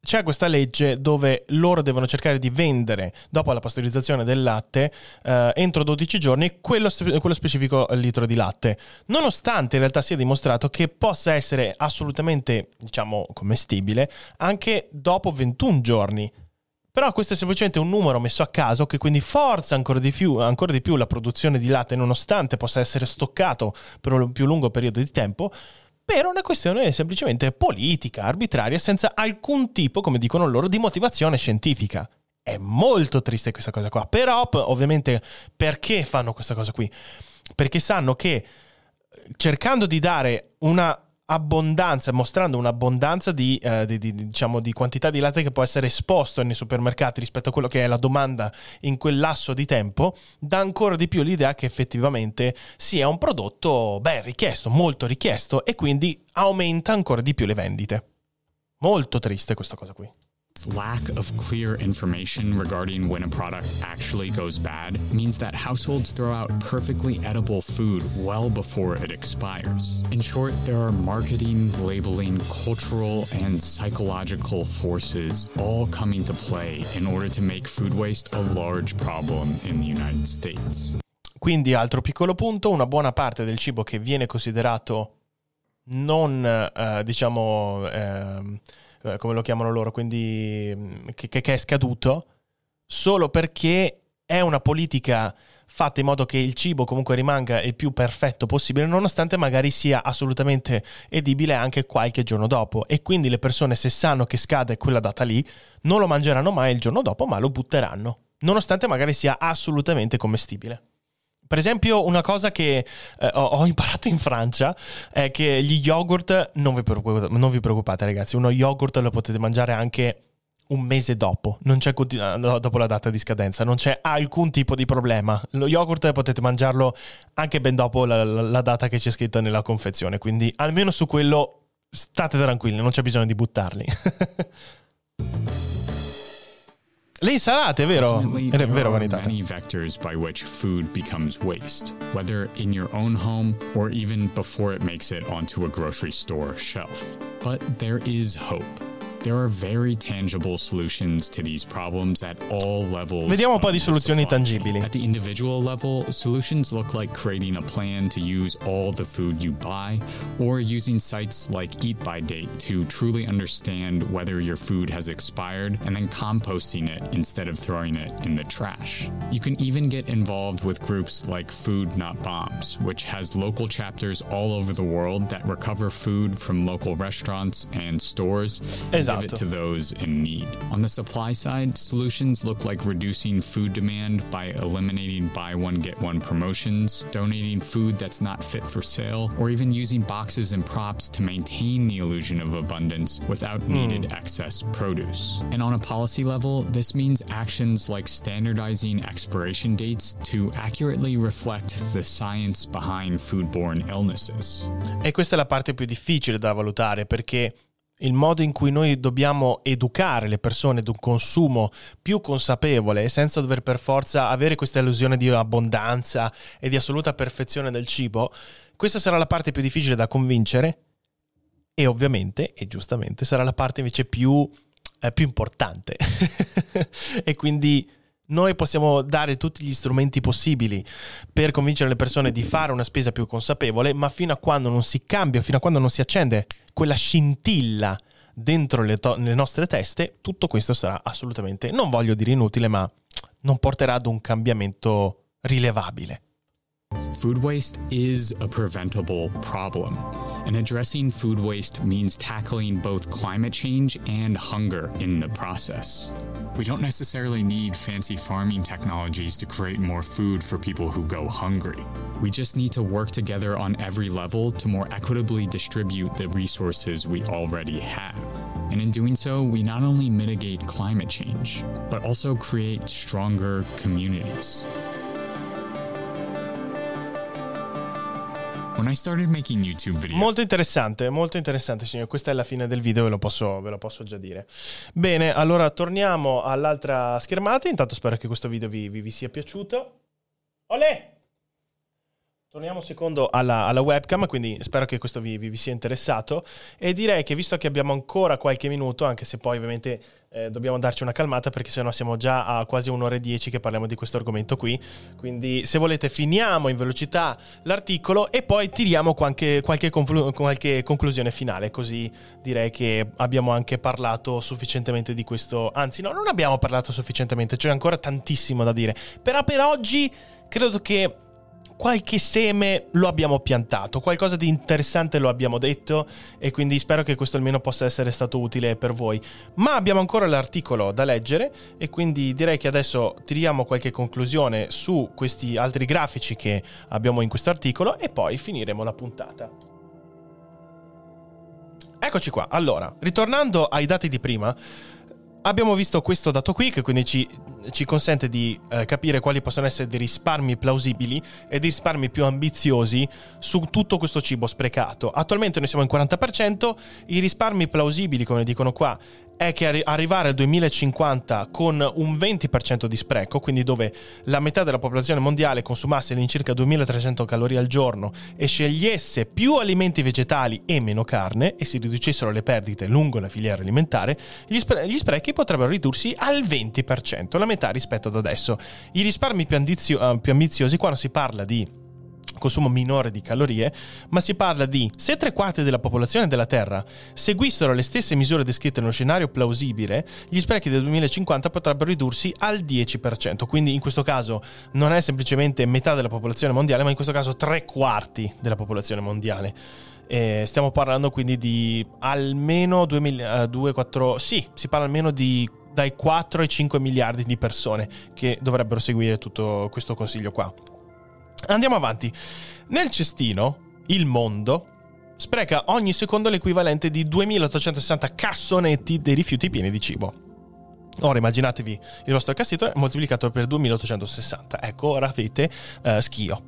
c'è questa legge dove loro devono cercare di vendere, dopo la pasteurizzazione del latte, entro 12 giorni quello specifico litro di latte, nonostante in realtà sia dimostrato che possa essere assolutamente, diciamo, commestibile anche dopo 21 giorni. Però questo è semplicemente un numero messo a caso, che quindi forza ancora di più la produzione di latte, nonostante possa essere stoccato per un più lungo periodo di tempo, per una questione semplicemente politica, arbitraria, senza alcun tipo, come dicono loro, di motivazione scientifica. È molto triste questa cosa qua. Però, ovviamente, perché fanno questa cosa qui? Perché sanno che cercando di dare una abbondanza, mostrando un'abbondanza di quantità di latte che può essere esposto nei supermercati rispetto a quello che è la domanda in quel lasso di tempo, dà ancora di più l'idea che effettivamente sia un prodotto ben richiesto, molto richiesto, e quindi aumenta ancora di più le vendite. Molto triste questa cosa qui. Lack of clear information regarding when a product actually goes bad means that households throw out perfectly edible food well before it expires. In short, there are marketing, labeling, cultural, and psychological forces all coming to play in order to make food waste a large problem in the United States. Quindi, altro piccolo punto, una buona parte del cibo che viene considerato non, come lo chiamano loro, quindi che è scaduto, solo perché è una politica fatta in modo che il cibo comunque rimanga il più perfetto possibile, nonostante magari sia assolutamente edibile anche qualche giorno dopo. E quindi le persone, se sanno che scade quella data lì, non lo mangeranno mai il giorno dopo, ma lo butteranno, nonostante magari sia assolutamente commestibile. Per esempio, una cosa che ho imparato in Francia è che gli yogurt, non vi preoccupate ragazzi, uno yogurt lo potete mangiare anche un mese dopo, non c'è dopo la data di scadenza, non c'è alcun tipo di problema. Lo yogurt potete mangiarlo anche ben dopo la data che c'è scritta nella confezione, quindi almeno su quello state tranquilli, non c'è bisogno di buttarli. Le insalate, vero? È vero, Vanità. There are many vectors by which food becomes waste, whether in your own home or even before it makes it onto a grocery store shelf. But there is hope. There are very tangible solutions to these problems at all levels. Vediamo un po' di soluzioni tangibili. At the individual level, solutions look like creating a plan to use all the food you buy, or using sites like Eat By Date to truly understand whether your food has expired and then composting it instead of throwing it in the trash. You can even get involved with groups like Food Not Bombs, which has local chapters all over the world that recover food from local restaurants and stores. Give it to those in need. On the supply side, solutions look like reducing food demand by eliminating buy one get one promotions, donating food that's not fit for sale, or even using boxes and props to maintain the illusion of abundance without needed excess produce. And on a policy level, this means actions like standardizing expiration dates to accurately reflect the science behind foodborne illnesses. E questa è la parte più difficile da valutare, perché il modo in cui noi dobbiamo educare le persone ad un consumo più consapevole, senza dover per forza avere questa illusione di abbondanza e di assoluta perfezione del cibo, questa sarà la parte più difficile da convincere e ovviamente, e giustamente, sarà la parte invece più importante. E quindi noi possiamo dare tutti gli strumenti possibili per convincere le persone di fare una spesa più consapevole, ma fino a quando non si cambia, fino a quando non si accende quella scintilla dentro le nostre teste, tutto questo sarà assolutamente, non voglio dire inutile, ma non porterà ad un cambiamento rilevabile. Food waste is a preventable problem, and addressing food waste means tackling both climate change and hunger in the process. We don't necessarily need fancy farming technologies to create more food for people who go hungry. We just need to work together on every level to more equitably distribute the resources we already have. And in doing so, we not only mitigate climate change, but also create stronger communities. When I started making YouTube videos... Molto interessante signore, questa è la fine del video, ve lo posso già dire. Bene, allora torniamo all'altra schermata, intanto spero che questo video vi sia piaciuto. Olè! Torniamo un secondo alla webcam, quindi spero che questo vi sia interessato, e direi che, visto che abbiamo ancora qualche minuto, anche se poi ovviamente dobbiamo darci una calmata perché sennò siamo già a quasi 1 ora e 10 che parliamo di questo argomento qui, quindi se volete finiamo in velocità l'articolo e poi tiriamo qualche conclusione finale, così direi che abbiamo anche parlato sufficientemente di questo. Anzi no, non abbiamo parlato sufficientemente, c'è ancora tantissimo da dire, però per oggi credo che qualche seme lo abbiamo piantato, qualcosa di interessante lo abbiamo detto, e quindi spero che questo almeno possa essere stato utile per voi. Ma abbiamo ancora l'articolo da leggere e quindi direi che adesso tiriamo qualche conclusione su questi altri grafici che abbiamo in questo articolo e poi finiremo la puntata. Eccoci qua. Allora, ritornando ai dati di prima, abbiamo visto questo dato qui che quindi ci consente di capire quali possono essere dei risparmi plausibili e dei risparmi più ambiziosi su tutto questo cibo sprecato. Attualmente noi siamo in 40%, i risparmi plausibili, come dicono qua, è che arrivare al 2050 con un 20% di spreco, quindi dove la metà della popolazione mondiale consumasse all'incirca 2300 calorie al giorno e scegliesse più alimenti vegetali e meno carne e si riducessero le perdite lungo la filiera alimentare, gli sprechi potrebbero ridursi al 20%, la metà rispetto ad adesso. I risparmi più ambiziosi, qua non si parla di consumo minore di calorie, ma si parla di: se 3/4 della popolazione della Terra seguissero le stesse misure descritte nello scenario plausibile, gli sprechi del 2050 potrebbero ridursi al 10%. Quindi in questo caso non è semplicemente metà della popolazione mondiale, ma in questo caso 3/4 della popolazione mondiale. Stiamo parlando quindi di almeno si parla almeno di dai 4 ai 5 miliardi di persone che dovrebbero seguire tutto questo consiglio qua. Andiamo avanti. Nel cestino, il mondo spreca ogni secondo l'equivalente di 2860 cassonetti dei rifiuti pieni di cibo. Ora immaginatevi il vostro cassetto moltiplicato per 2860. Ecco, ora avete schio.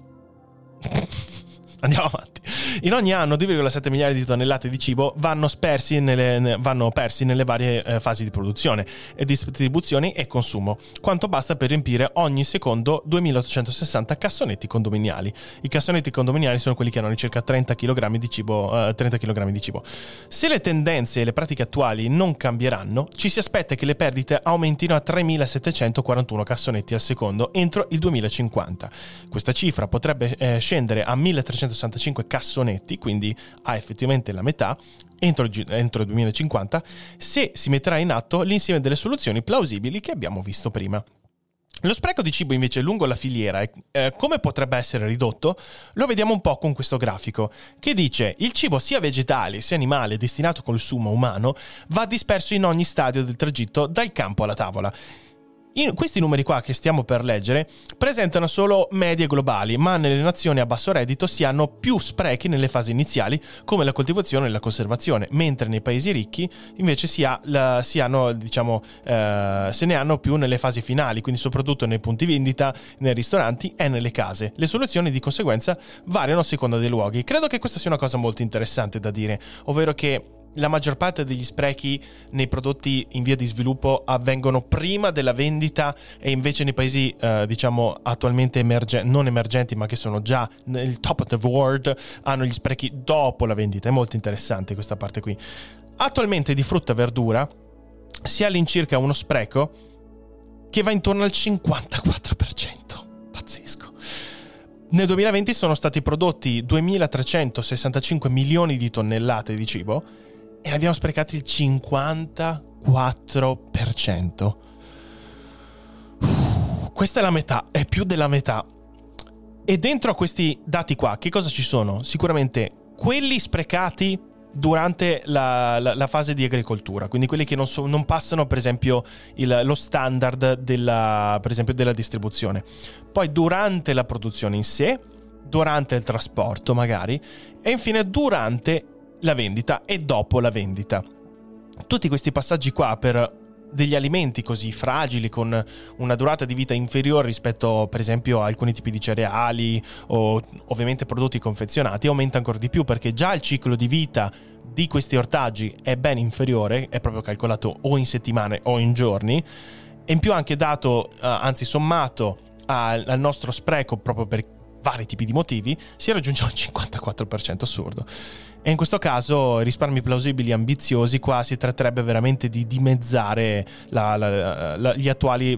Andiamo avanti. In ogni anno 2,7 miliardi di tonnellate di cibo vanno persi nelle varie fasi di produzione, e distribuzione e consumo, quanto basta per riempire ogni secondo 2860 cassonetti condominiali. I cassonetti condominiali sono quelli che hanno circa 30 kg di cibo. Se le tendenze e le pratiche attuali non cambieranno, ci si aspetta che le perdite aumentino a 3.741 cassonetti al secondo entro il 2050. Questa cifra potrebbe scendere a 1.365 cassonetti, quindi a effettivamente la metà, entro il 2050, se si metterà in atto l'insieme delle soluzioni plausibili che abbiamo visto prima. Lo spreco di cibo invece lungo la filiera, come potrebbe essere ridotto, lo vediamo un po' con questo grafico, che dice: il cibo sia vegetale sia animale destinato al consumo umano va disperso in ogni stadio del tragitto dal campo alla tavola. Questi numeri qua che stiamo per leggere presentano solo medie globali, ma nelle nazioni a basso reddito si hanno più sprechi nelle fasi iniziali, come la coltivazione e la conservazione, mentre nei paesi ricchi invece se ne hanno più nelle fasi finali, quindi soprattutto nei punti vendita, nei ristoranti e nelle case. Le soluzioni di conseguenza variano a seconda dei luoghi. Credo che questa sia una cosa molto interessante da dire, ovvero che la maggior parte degli sprechi nei prodotti in via di sviluppo avvengono prima della vendita, e invece nei paesi attualmente non emergenti, ma che sono già nel top of the world, hanno gli sprechi dopo la vendita. È molto interessante questa parte qui. Attualmente di frutta e verdura si ha all'incirca uno spreco che va intorno al 54%. Pazzesco. Nel 2020 sono stati prodotti 2.365 milioni di tonnellate di cibo e ne abbiamo sprecati il 54%. Questa è la metà, è più della metà. E dentro a questi dati qua, che cosa ci sono? Sicuramente quelli sprecati durante la fase di agricoltura, quindi quelli che non passano per esempio lo standard per esempio della distribuzione. Poi durante la produzione in sé, durante il trasporto magari, e infine durante la vendita e dopo la vendita. Tutti questi passaggi qua per degli alimenti così fragili, con una durata di vita inferiore rispetto per esempio a alcuni tipi di cereali o ovviamente prodotti confezionati, aumenta ancora di più, perché già il ciclo di vita di questi ortaggi è ben inferiore, è proprio calcolato o in settimane o in giorni, e in più anche dato, sommato al nostro spreco, proprio per vari tipi di motivi, si raggiunge un 54%, assurdo. E in questo caso risparmi plausibili e ambiziosi, qua si tratterebbe veramente di dimezzare gli attuali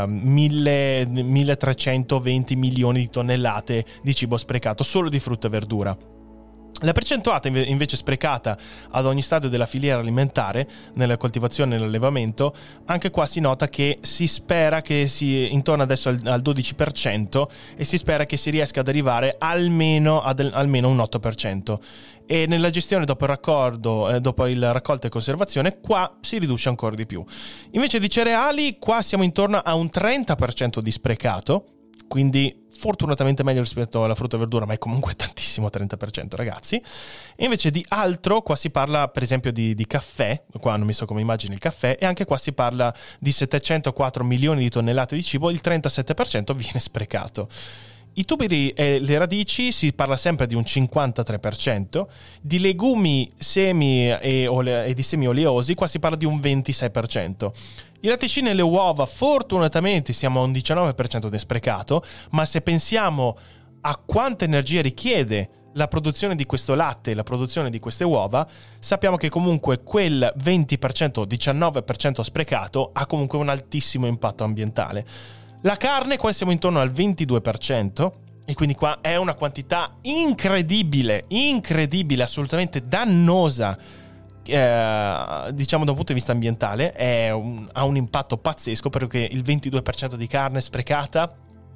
1320 milioni di tonnellate di cibo sprecato solo di frutta e verdura. La percentuale invece sprecata ad ogni stadio della filiera alimentare, nella coltivazione e nell'allevamento, anche qua si nota che si spera che intorno adesso al 12%, e si spera che si riesca ad arrivare almeno un 8%. E nella gestione dopo il raccolto e conservazione, qua si riduce ancora di più. Invece di cereali, qua siamo intorno a un 30% di sprecato, quindi fortunatamente meglio rispetto alla frutta e verdura, ma è comunque tantissimo, 30%, ragazzi. E invece di altro, qua si parla per esempio di caffè, qua hanno messo come immagine il caffè, e anche qua si parla di 704 milioni di tonnellate di cibo, il 37% viene sprecato. I tuberi e le radici si parla sempre di un 53%, di legumi, semi e di semi oleosi qua si parla di un 26%. I latticini e le uova fortunatamente siamo a un 19% di sprecato, ma se pensiamo a quanta energia richiede la produzione di questo latte e la produzione di queste uova, sappiamo che comunque quel 20% o 19% sprecato ha comunque un altissimo impatto ambientale. La carne qua siamo intorno al 22%, e quindi qua è una quantità incredibile, assolutamente dannosa, diciamo da un punto di vista ambientale. Ha un impatto pazzesco, perché il 22% di carne sprecata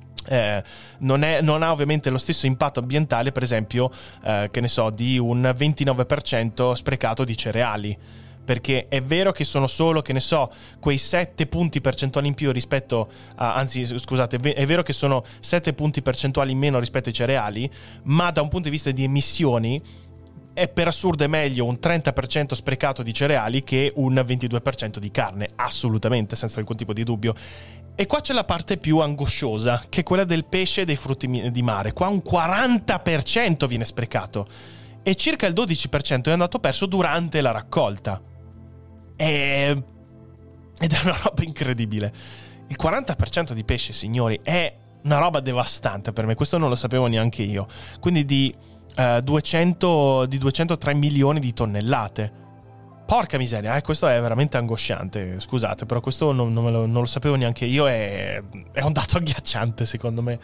non ha ovviamente lo stesso impatto ambientale, per esempio che ne so, di un 29% sprecato di cereali. Perché è vero che sono solo, che ne so, quei 7 punti percentuali in più rispetto a, anzi scusate, è vero che sono 7 punti percentuali in meno rispetto ai cereali, ma da un punto di vista di emissioni è per assurdo meglio un 30% sprecato di cereali che un 22% di carne, assolutamente, senza alcun tipo di dubbio. E qua c'è la parte più angosciosa, che è quella del pesce e dei frutti di mare. Qua un 40% viene sprecato e circa il 12% è andato perso durante la raccolta. Ed è una roba incredibile. Il 40% di pesce, signori, è una roba devastante per me. Questo non lo sapevo neanche io. Quindi di 203 milioni di tonnellate. Porca miseria, questo è veramente angosciante. Scusate, però questo non lo sapevo neanche io. È un dato agghiacciante, secondo me.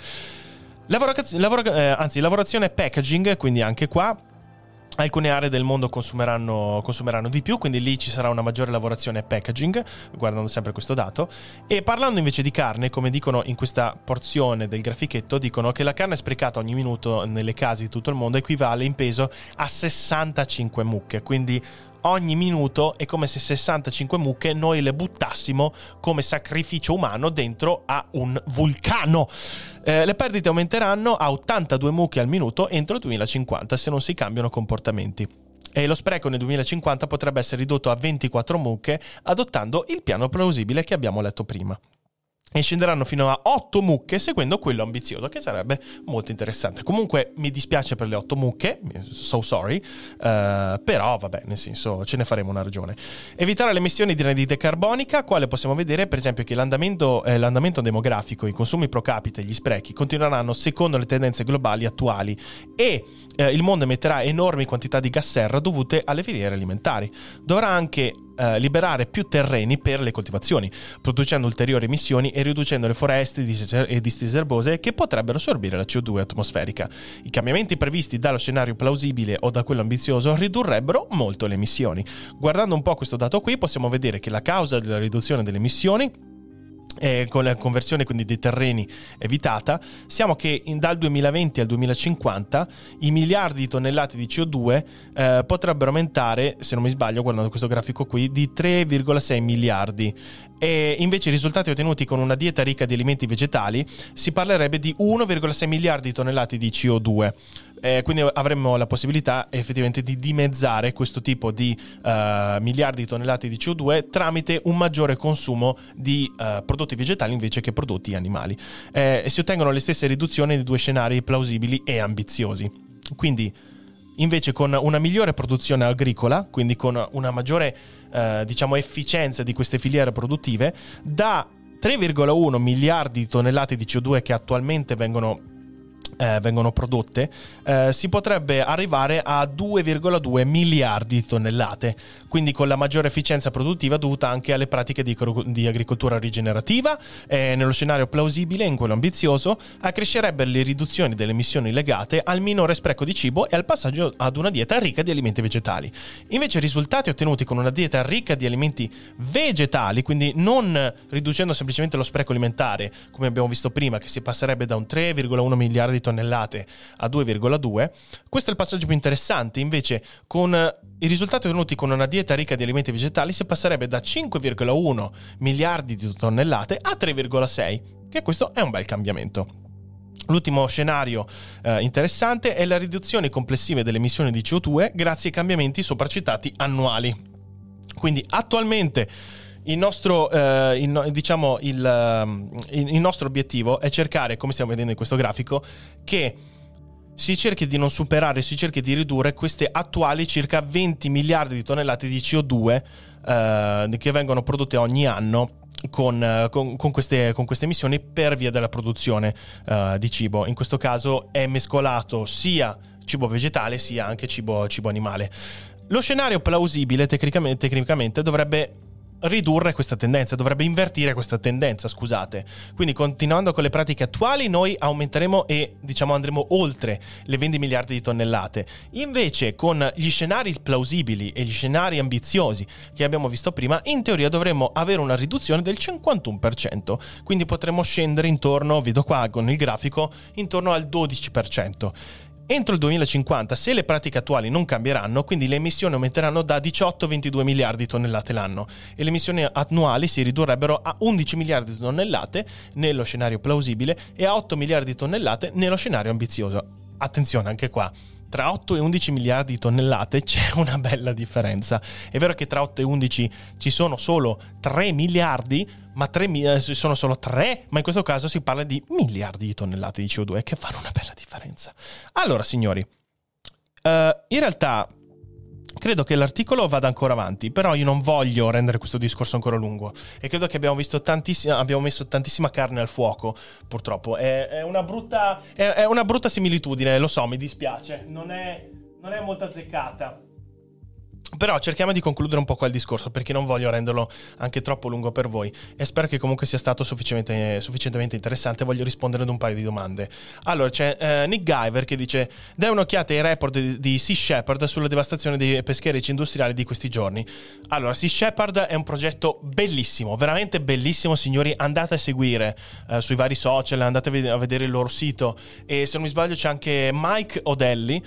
Lavorazione e packaging, quindi anche qua alcune aree del mondo consumeranno di più, quindi lì ci sarà una maggiore lavorazione e packaging, guardando sempre questo dato. E parlando invece di carne, come dicono in questa porzione del grafichetto, dicono che la carne sprecata ogni minuto nelle case di tutto il mondo equivale in peso a 65 mucche, quindi ogni minuto è come se 65 mucche noi le buttassimo come sacrificio umano dentro a un vulcano. Le perdite aumenteranno a 82 mucche al minuto entro il 2050 se non si cambiano comportamenti. E lo spreco nel 2050 potrebbe essere ridotto a 24 mucche adottando il piano plausibile che abbiamo letto prima. E scenderanno fino a 8 mucche seguendo quello ambizioso, che sarebbe molto interessante. Comunque mi dispiace per le 8 mucche, so sorry, però vabbè, nel senso ce ne faremo una ragione. Evitare le emissioni di anidride carbonica, quale possiamo vedere per esempio che l'andamento demografico, i consumi pro capite e gli sprechi continueranno secondo le tendenze globali attuali e il mondo emetterà enormi quantità di gas serra dovute alle filiere alimentari. Dovrà anche liberare più terreni per le coltivazioni, producendo ulteriori emissioni e riducendo le foreste e diserbose che potrebbero assorbire la CO2 atmosferica. I cambiamenti previsti dallo scenario plausibile o da quello ambizioso ridurrebbero molto le emissioni. Guardando un po' questo dato qui, possiamo vedere che la causa della riduzione delle emissioni con la conversione quindi dei terreni evitata, siamo che dal 2020 al 2050 i miliardi di tonnellate di CO2 potrebbero aumentare, se non mi sbaglio guardando questo grafico qui, di 3,6 miliardi. E invece i risultati ottenuti con una dieta ricca di alimenti vegetali si parlerebbe di 1,6 miliardi di tonnellate di CO2. Quindi avremmo la possibilità effettivamente di dimezzare questo tipo di miliardi di tonnellate di CO2 tramite un maggiore consumo di prodotti vegetali invece che prodotti animali. Si ottengono le stesse riduzioni di due scenari plausibili e ambiziosi. Quindi invece con una migliore produzione agricola, quindi con una maggiore efficienza di queste filiere produttive, da 3,1 miliardi di tonnellate di CO2 che attualmente vengono vengono prodotte, si potrebbe arrivare a 2,2 miliardi di tonnellate, quindi con la maggiore efficienza produttiva dovuta anche alle pratiche di agricoltura rigenerativa. Nello scenario plausibile, in quello ambizioso, accrescerebbero le riduzioni delle emissioni legate al minore spreco di cibo e al passaggio ad una dieta ricca di alimenti vegetali. Invece i risultati ottenuti con una dieta ricca di alimenti vegetali, quindi non riducendo semplicemente lo spreco alimentare, come abbiamo visto prima, che si passerebbe da un 3,1 miliardi di tonnellate a 2,2, questo è il passaggio più interessante. Invece con i risultati ottenuti con una dieta ricca di alimenti vegetali si passerebbe da 5,1 miliardi di tonnellate a 3,6, che questo è un bel cambiamento. L'ultimo scenario interessante è la riduzione complessiva delle emissioni di CO2 grazie ai cambiamenti sopracitati annuali. Quindi attualmente il nostro obiettivo è cercare, come stiamo vedendo in questo grafico, che si cerchi di non superare, si cerchi di ridurre queste attuali circa 20 miliardi di tonnellate di CO2 che vengono prodotte ogni anno con queste emissioni per via della produzione di cibo. In questo caso è mescolato sia cibo vegetale sia anche cibo animale. Lo scenario plausibile tecnicamente dovrebbe ridurre questa tendenza, dovrebbe invertire questa tendenza, scusate. Quindi continuando con le pratiche attuali noi aumenteremo e andremo oltre le 20 miliardi di tonnellate. Invece con gli scenari plausibili e gli scenari ambiziosi che abbiamo visto prima, in teoria dovremmo avere una riduzione del 51%, quindi potremmo scendere intorno, vedo qua con il grafico, intorno al 12%. Entro il 2050, se le pratiche attuali non cambieranno, quindi le emissioni aumenteranno da 18 a 22 miliardi di tonnellate l'anno e le emissioni annuali si ridurrebbero a 11 miliardi di tonnellate nello scenario plausibile e a 8 miliardi di tonnellate nello scenario ambizioso. Attenzione, anche qua, tra 8 e 11 miliardi di tonnellate c'è una bella differenza. È vero che tra 8 e 11 ci sono solo 3 miliardi, ma sono solo 3, ma in questo caso si parla di miliardi di tonnellate di CO2 che fanno una bella differenza. Allora, signori, in realtà credo che l'articolo vada ancora avanti, però io non voglio rendere questo discorso ancora lungo e credo che abbiamo messo tantissima carne al fuoco, purtroppo. È una brutta similitudine, lo so, mi dispiace, non è molto azzeccata. Però cerchiamo di concludere un po' qua il discorso, perché non voglio renderlo anche troppo lungo per voi e spero che comunque sia stato sufficientemente interessante. Voglio rispondere ad un paio di domande. Allora c'è Nick Guyver che dice: dai un'occhiata ai report di Sea Shepherd sulla devastazione dei pescherecci industriali di questi giorni. Allora, Sea Shepherd è un progetto bellissimo, veramente bellissimo, signori. Andate a seguire sui vari social, andate a vedere il loro sito, e se non mi sbaglio c'è anche Mike Odelli,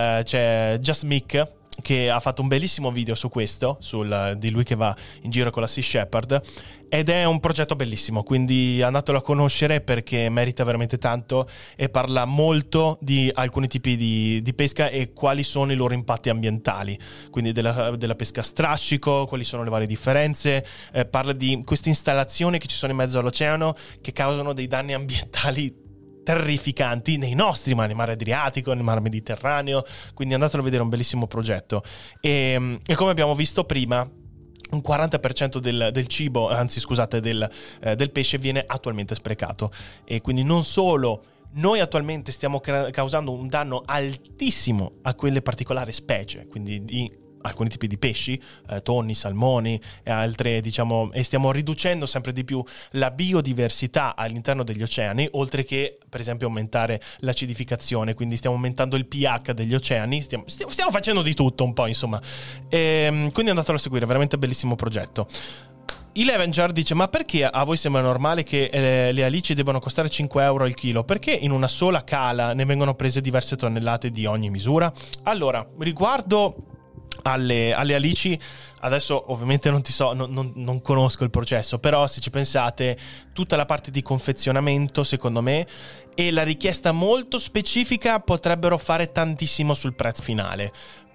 c'è Just Mick che ha fatto un bellissimo video su questo, di lui che va in giro con la Sea Shepherd, ed è un progetto bellissimo, quindi andatelo a conoscere perché merita veramente tanto e parla molto di alcuni tipi di pesca e quali sono i loro impatti ambientali, quindi della pesca a strascico, quali sono le varie differenze, parla di queste installazioni che ci sono in mezzo all'oceano che causano dei danni ambientali terrificanti nei nostri mari, nel mare Adriatico, nel mare Mediterraneo, quindi andatelo a vedere, un bellissimo progetto. E come abbiamo visto prima, un 40% del cibo, anzi scusate, del pesce viene attualmente sprecato, e quindi non solo noi attualmente stiamo causando un danno altissimo a quelle particolari specie, quindi di alcuni tipi di pesci, tonni, salmoni e altre, e stiamo riducendo sempre di più la biodiversità all'interno degli oceani, oltre che per esempio aumentare l'acidificazione, quindi stiamo aumentando il pH degli oceani, stiamo facendo di tutto un po', insomma. Quindi andatelo a seguire, veramente bellissimo progetto. Elevenger dice: ma perché a voi sembra normale che le alici debbano costare 5 euro al chilo? Perché in una sola cala ne vengono prese diverse tonnellate di ogni misura? Allora, riguardo alle alici, adesso ovviamente non conosco il processo, però se ci pensate, tutta la parte di confezionamento, secondo me, e la richiesta molto specifica potrebbero fare tantissimo sul prezzo finale,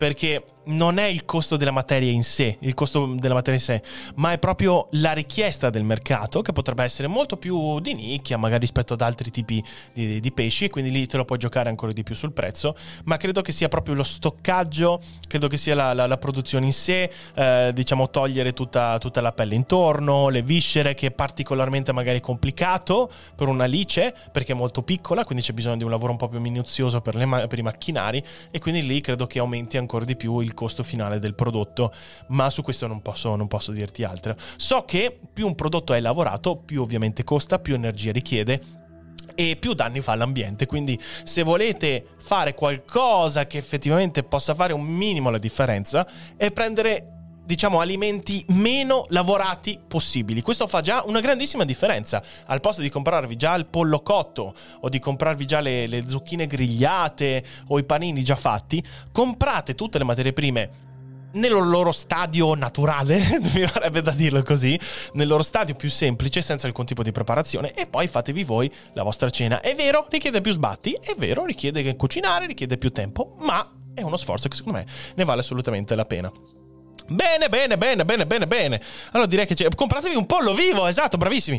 perché non è il costo della materia in sé, ma è proprio la richiesta del mercato, che potrebbe essere molto più di nicchia magari rispetto ad altri tipi di pesci, e quindi lì te lo puoi giocare ancora di più sul prezzo. Ma credo che sia proprio lo stoccaggio, credo che sia la produzione in sé, diciamo togliere tutta la pelle intorno, le viscere, che è particolarmente magari complicato per una lice perché è molto piccola, quindi c'è bisogno di un lavoro un po' più minuzioso per i macchinari, e quindi lì credo che aumenti ancora di più il costo finale del prodotto. Ma su questo non posso dirti altro. So che più un prodotto è lavorato, più ovviamente costa, più energia richiede e più danni fa all'ambiente. Quindi se volete fare qualcosa che effettivamente possa fare un minimo la differenza, è prendere, diciamo, alimenti meno lavorati possibili. Questo fa già una grandissima differenza. Al posto di comprarvi già il pollo cotto o di comprarvi già le zucchine grigliate o i panini già fatti, comprate tutte le materie prime nel loro stadio naturale, mi verrebbe da dirlo così, nel loro stadio più semplice, senza alcun tipo di preparazione, e poi fatevi voi la vostra cena. È vero, richiede più sbatti, è vero, richiede che cucinare, richiede più tempo, ma è uno sforzo che secondo me ne vale assolutamente la pena. Bene. Allora direi che compratevi un pollo vivo, esatto, bravissimi.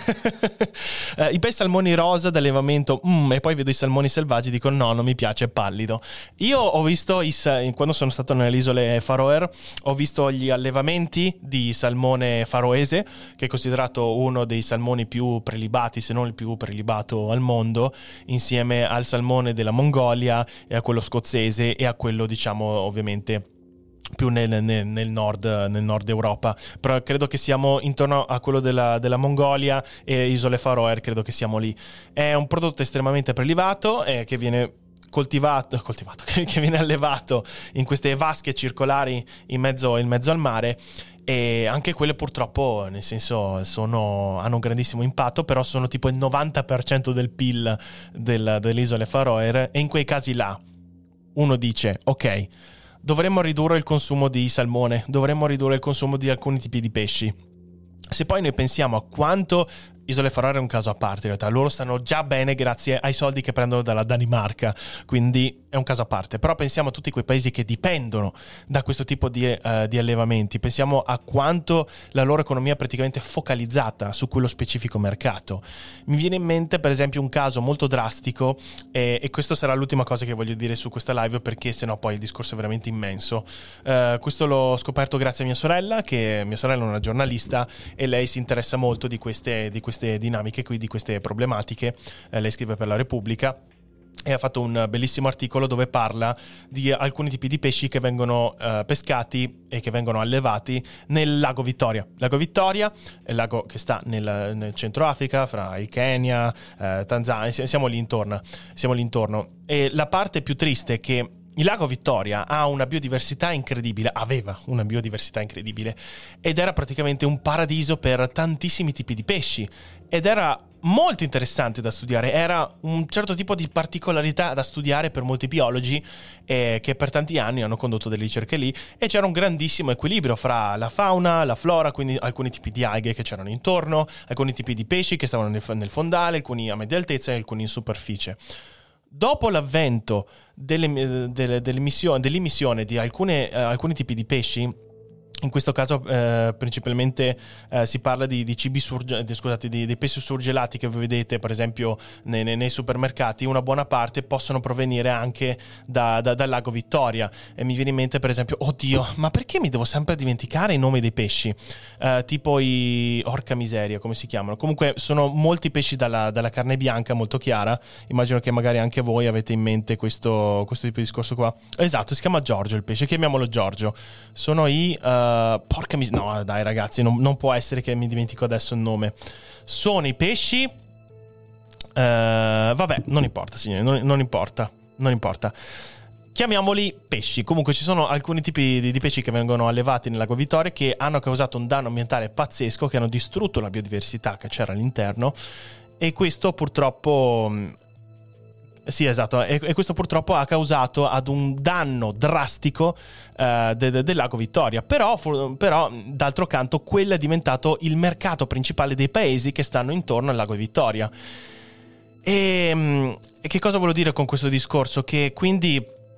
I bei salmoni rosa d'allevamento, e poi vedo i salmoni selvaggi, dico no, non mi piace, è pallido. Io ho visto quando sono stato nelle isole Faroe, ho visto gli allevamenti di salmone faroese, che è considerato uno dei salmoni più prelibati, se non il più prelibato al mondo, insieme al salmone della Mongolia e a quello scozzese e a quello, diciamo, ovviamente più nel nord Europa. Però credo che siamo intorno a quello della Mongolia e isole Faroe, credo che siamo lì. È un prodotto estremamente prelibato, che viene coltivato che viene allevato in queste vasche circolari in mezzo al mare, e anche quelle purtroppo, nel senso, hanno un grandissimo impatto, però sono tipo il 90% del PIL delle isole Faroe, e in quei casi là uno dice ok, dovremmo ridurre il consumo di salmone, dovremmo ridurre il consumo di alcuni tipi di pesci. Se poi noi pensiamo a quanto Isole Faroe è un caso a parte, in realtà loro stanno già bene grazie ai soldi che prendono dalla Danimarca, quindi è un caso a parte. Però pensiamo a tutti quei paesi che dipendono da questo tipo di allevamenti, pensiamo a quanto la loro economia è praticamente focalizzata su quello specifico mercato. Mi viene in mente per esempio un caso molto drastico, e questo sarà l'ultima cosa che voglio dire su questa live, perché sennò poi il discorso è veramente immenso. Questo l'ho scoperto grazie a mia sorella, che mia sorella è una giornalista e lei si interessa molto di queste dinamiche qui, di queste problematiche. Lei scrive per la Repubblica e ha fatto un bellissimo articolo dove parla di alcuni tipi di pesci che vengono pescati e che vengono allevati nel lago Vittoria. Lago Vittoria è il lago che sta nel centro Africa, fra il Kenya, Tanzania, siamo lì intorno. E la parte più triste è che il lago Vittoria aveva una biodiversità incredibile, ed era praticamente un paradiso per tantissimi tipi di pesci, ed era molto interessante da studiare, era un certo tipo di particolarità da studiare per molti biologi, che per tanti anni hanno condotto delle ricerche lì, e c'era un grandissimo equilibrio fra la fauna, la flora, quindi alcuni tipi di alghe che c'erano intorno, alcuni tipi di pesci che stavano nel fondale, alcuni a media altezza e alcuni in superficie. Dopo l'avvento dell'immissione di alcuni tipi di pesci, in questo caso principalmente si parla di dei pesci surgelati che voi vedete per esempio nei supermercati, una buona parte possono provenire anche dal lago Vittoria. E mi viene in mente per esempio, oddio, ma perché mi devo sempre dimenticare i nomi dei pesci? Tipo orca miseria, come si chiamano? Comunque sono molti pesci dalla carne bianca molto chiara, immagino che magari anche voi avete in mente questo tipo di discorso qua. Esatto, si chiama Giorgio il pesce, chiamiamolo Giorgio. Sono porca miseria, no dai ragazzi, non può essere che mi dimentico adesso il nome. Sono i pesci, vabbè, non importa signori, non importa. Chiamiamoli pesci. Comunque ci sono alcuni tipi di pesci che vengono allevati nel lago Vittoria, che hanno causato un danno ambientale pazzesco, che hanno distrutto la biodiversità che c'era all'interno, e questo purtroppo sì, esatto, e questo purtroppo ha causato ad un danno drastico del lago Vittoria. Però d'altro canto quello è diventato il mercato principale dei paesi che stanno intorno al lago Vittoria. E che cosa voglio dire con questo discorso? Che quindi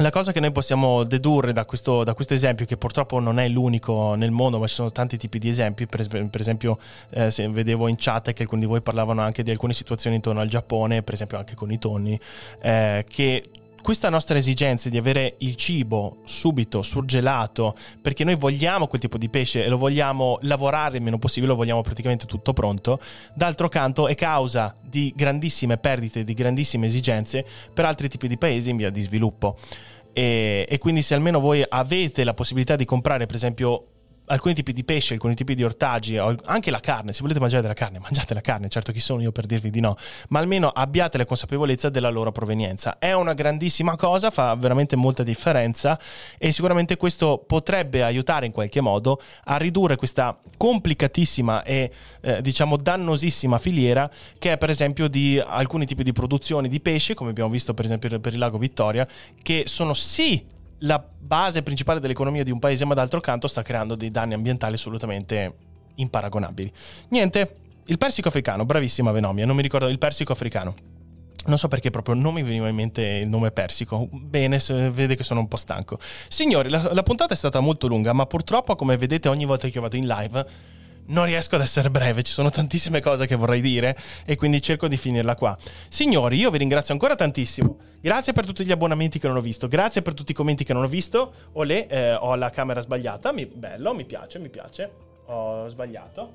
La cosa che noi possiamo dedurre da questo esempio, che purtroppo non è l'unico nel mondo, ma ci sono tanti tipi di esempi, per esempio se vedevo in chat che alcuni di voi parlavano anche di alcune situazioni intorno al Giappone, per esempio anche con i tonni, che questa nostra esigenza di avere il cibo subito, surgelato, perché noi vogliamo quel tipo di pesce e lo vogliamo lavorare il meno possibile, lo vogliamo praticamente tutto pronto, d'altro canto è causa di grandissime perdite, di grandissime esigenze per altri tipi di paesi in via di sviluppo. E quindi se almeno voi avete la possibilità di comprare, per esempio, alcuni tipi di pesce, alcuni tipi di ortaggi, anche la carne, se volete mangiare della carne, mangiate la carne, certo chi sono io per dirvi di no, ma almeno abbiate la consapevolezza della loro provenienza. È una grandissima cosa, fa veramente molta differenza e sicuramente questo potrebbe aiutare in qualche modo a ridurre questa complicatissima e diciamo dannosissima filiera che è per esempio di alcuni tipi di produzioni di pesce, come abbiamo visto per esempio per il lago Vittoria, che sono sì la base principale dell'economia di un paese, ma d'altro canto sta creando dei danni ambientali assolutamente imparagonabili. Niente, il persico africano, bravissima Venomia, non mi ricordo il persico africano. Non so perché proprio non mi veniva in mente il nome persico. Bene, vede che sono un po' stanco. Signori, la puntata è stata molto lunga, ma purtroppo, come vedete ogni volta che vado in live, non riesco ad essere breve, ci sono tantissime cose che vorrei dire e quindi cerco di finirla qua. Signori, io vi ringrazio ancora tantissimo. Grazie per tutti gli abbonamenti che non ho visto, grazie per tutti i commenti che non ho visto. Olè, ho la camera sbagliata, bello, mi piace. Ho sbagliato.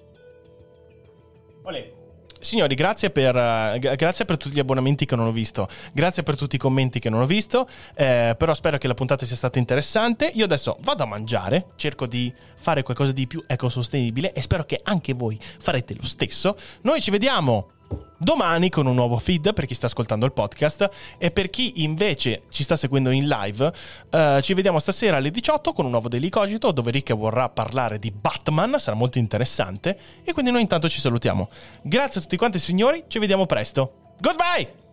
Olè. Signori, grazie per tutti gli abbonamenti che non ho visto, grazie per tutti i commenti che non ho visto, però spero che la puntata sia stata interessante. Io adesso vado a mangiare, cerco di fare qualcosa di più ecosostenibile e spero che anche voi farete lo stesso. Noi ci vediamo domani con un nuovo feed per chi sta ascoltando il podcast e per chi invece ci sta seguendo in live ci vediamo stasera alle 18 con un nuovo Daily Cogito dove Rick vorrà parlare di Batman, sarà molto interessante e quindi noi intanto ci salutiamo. Grazie a tutti quanti signori, ci vediamo presto. Goodbye!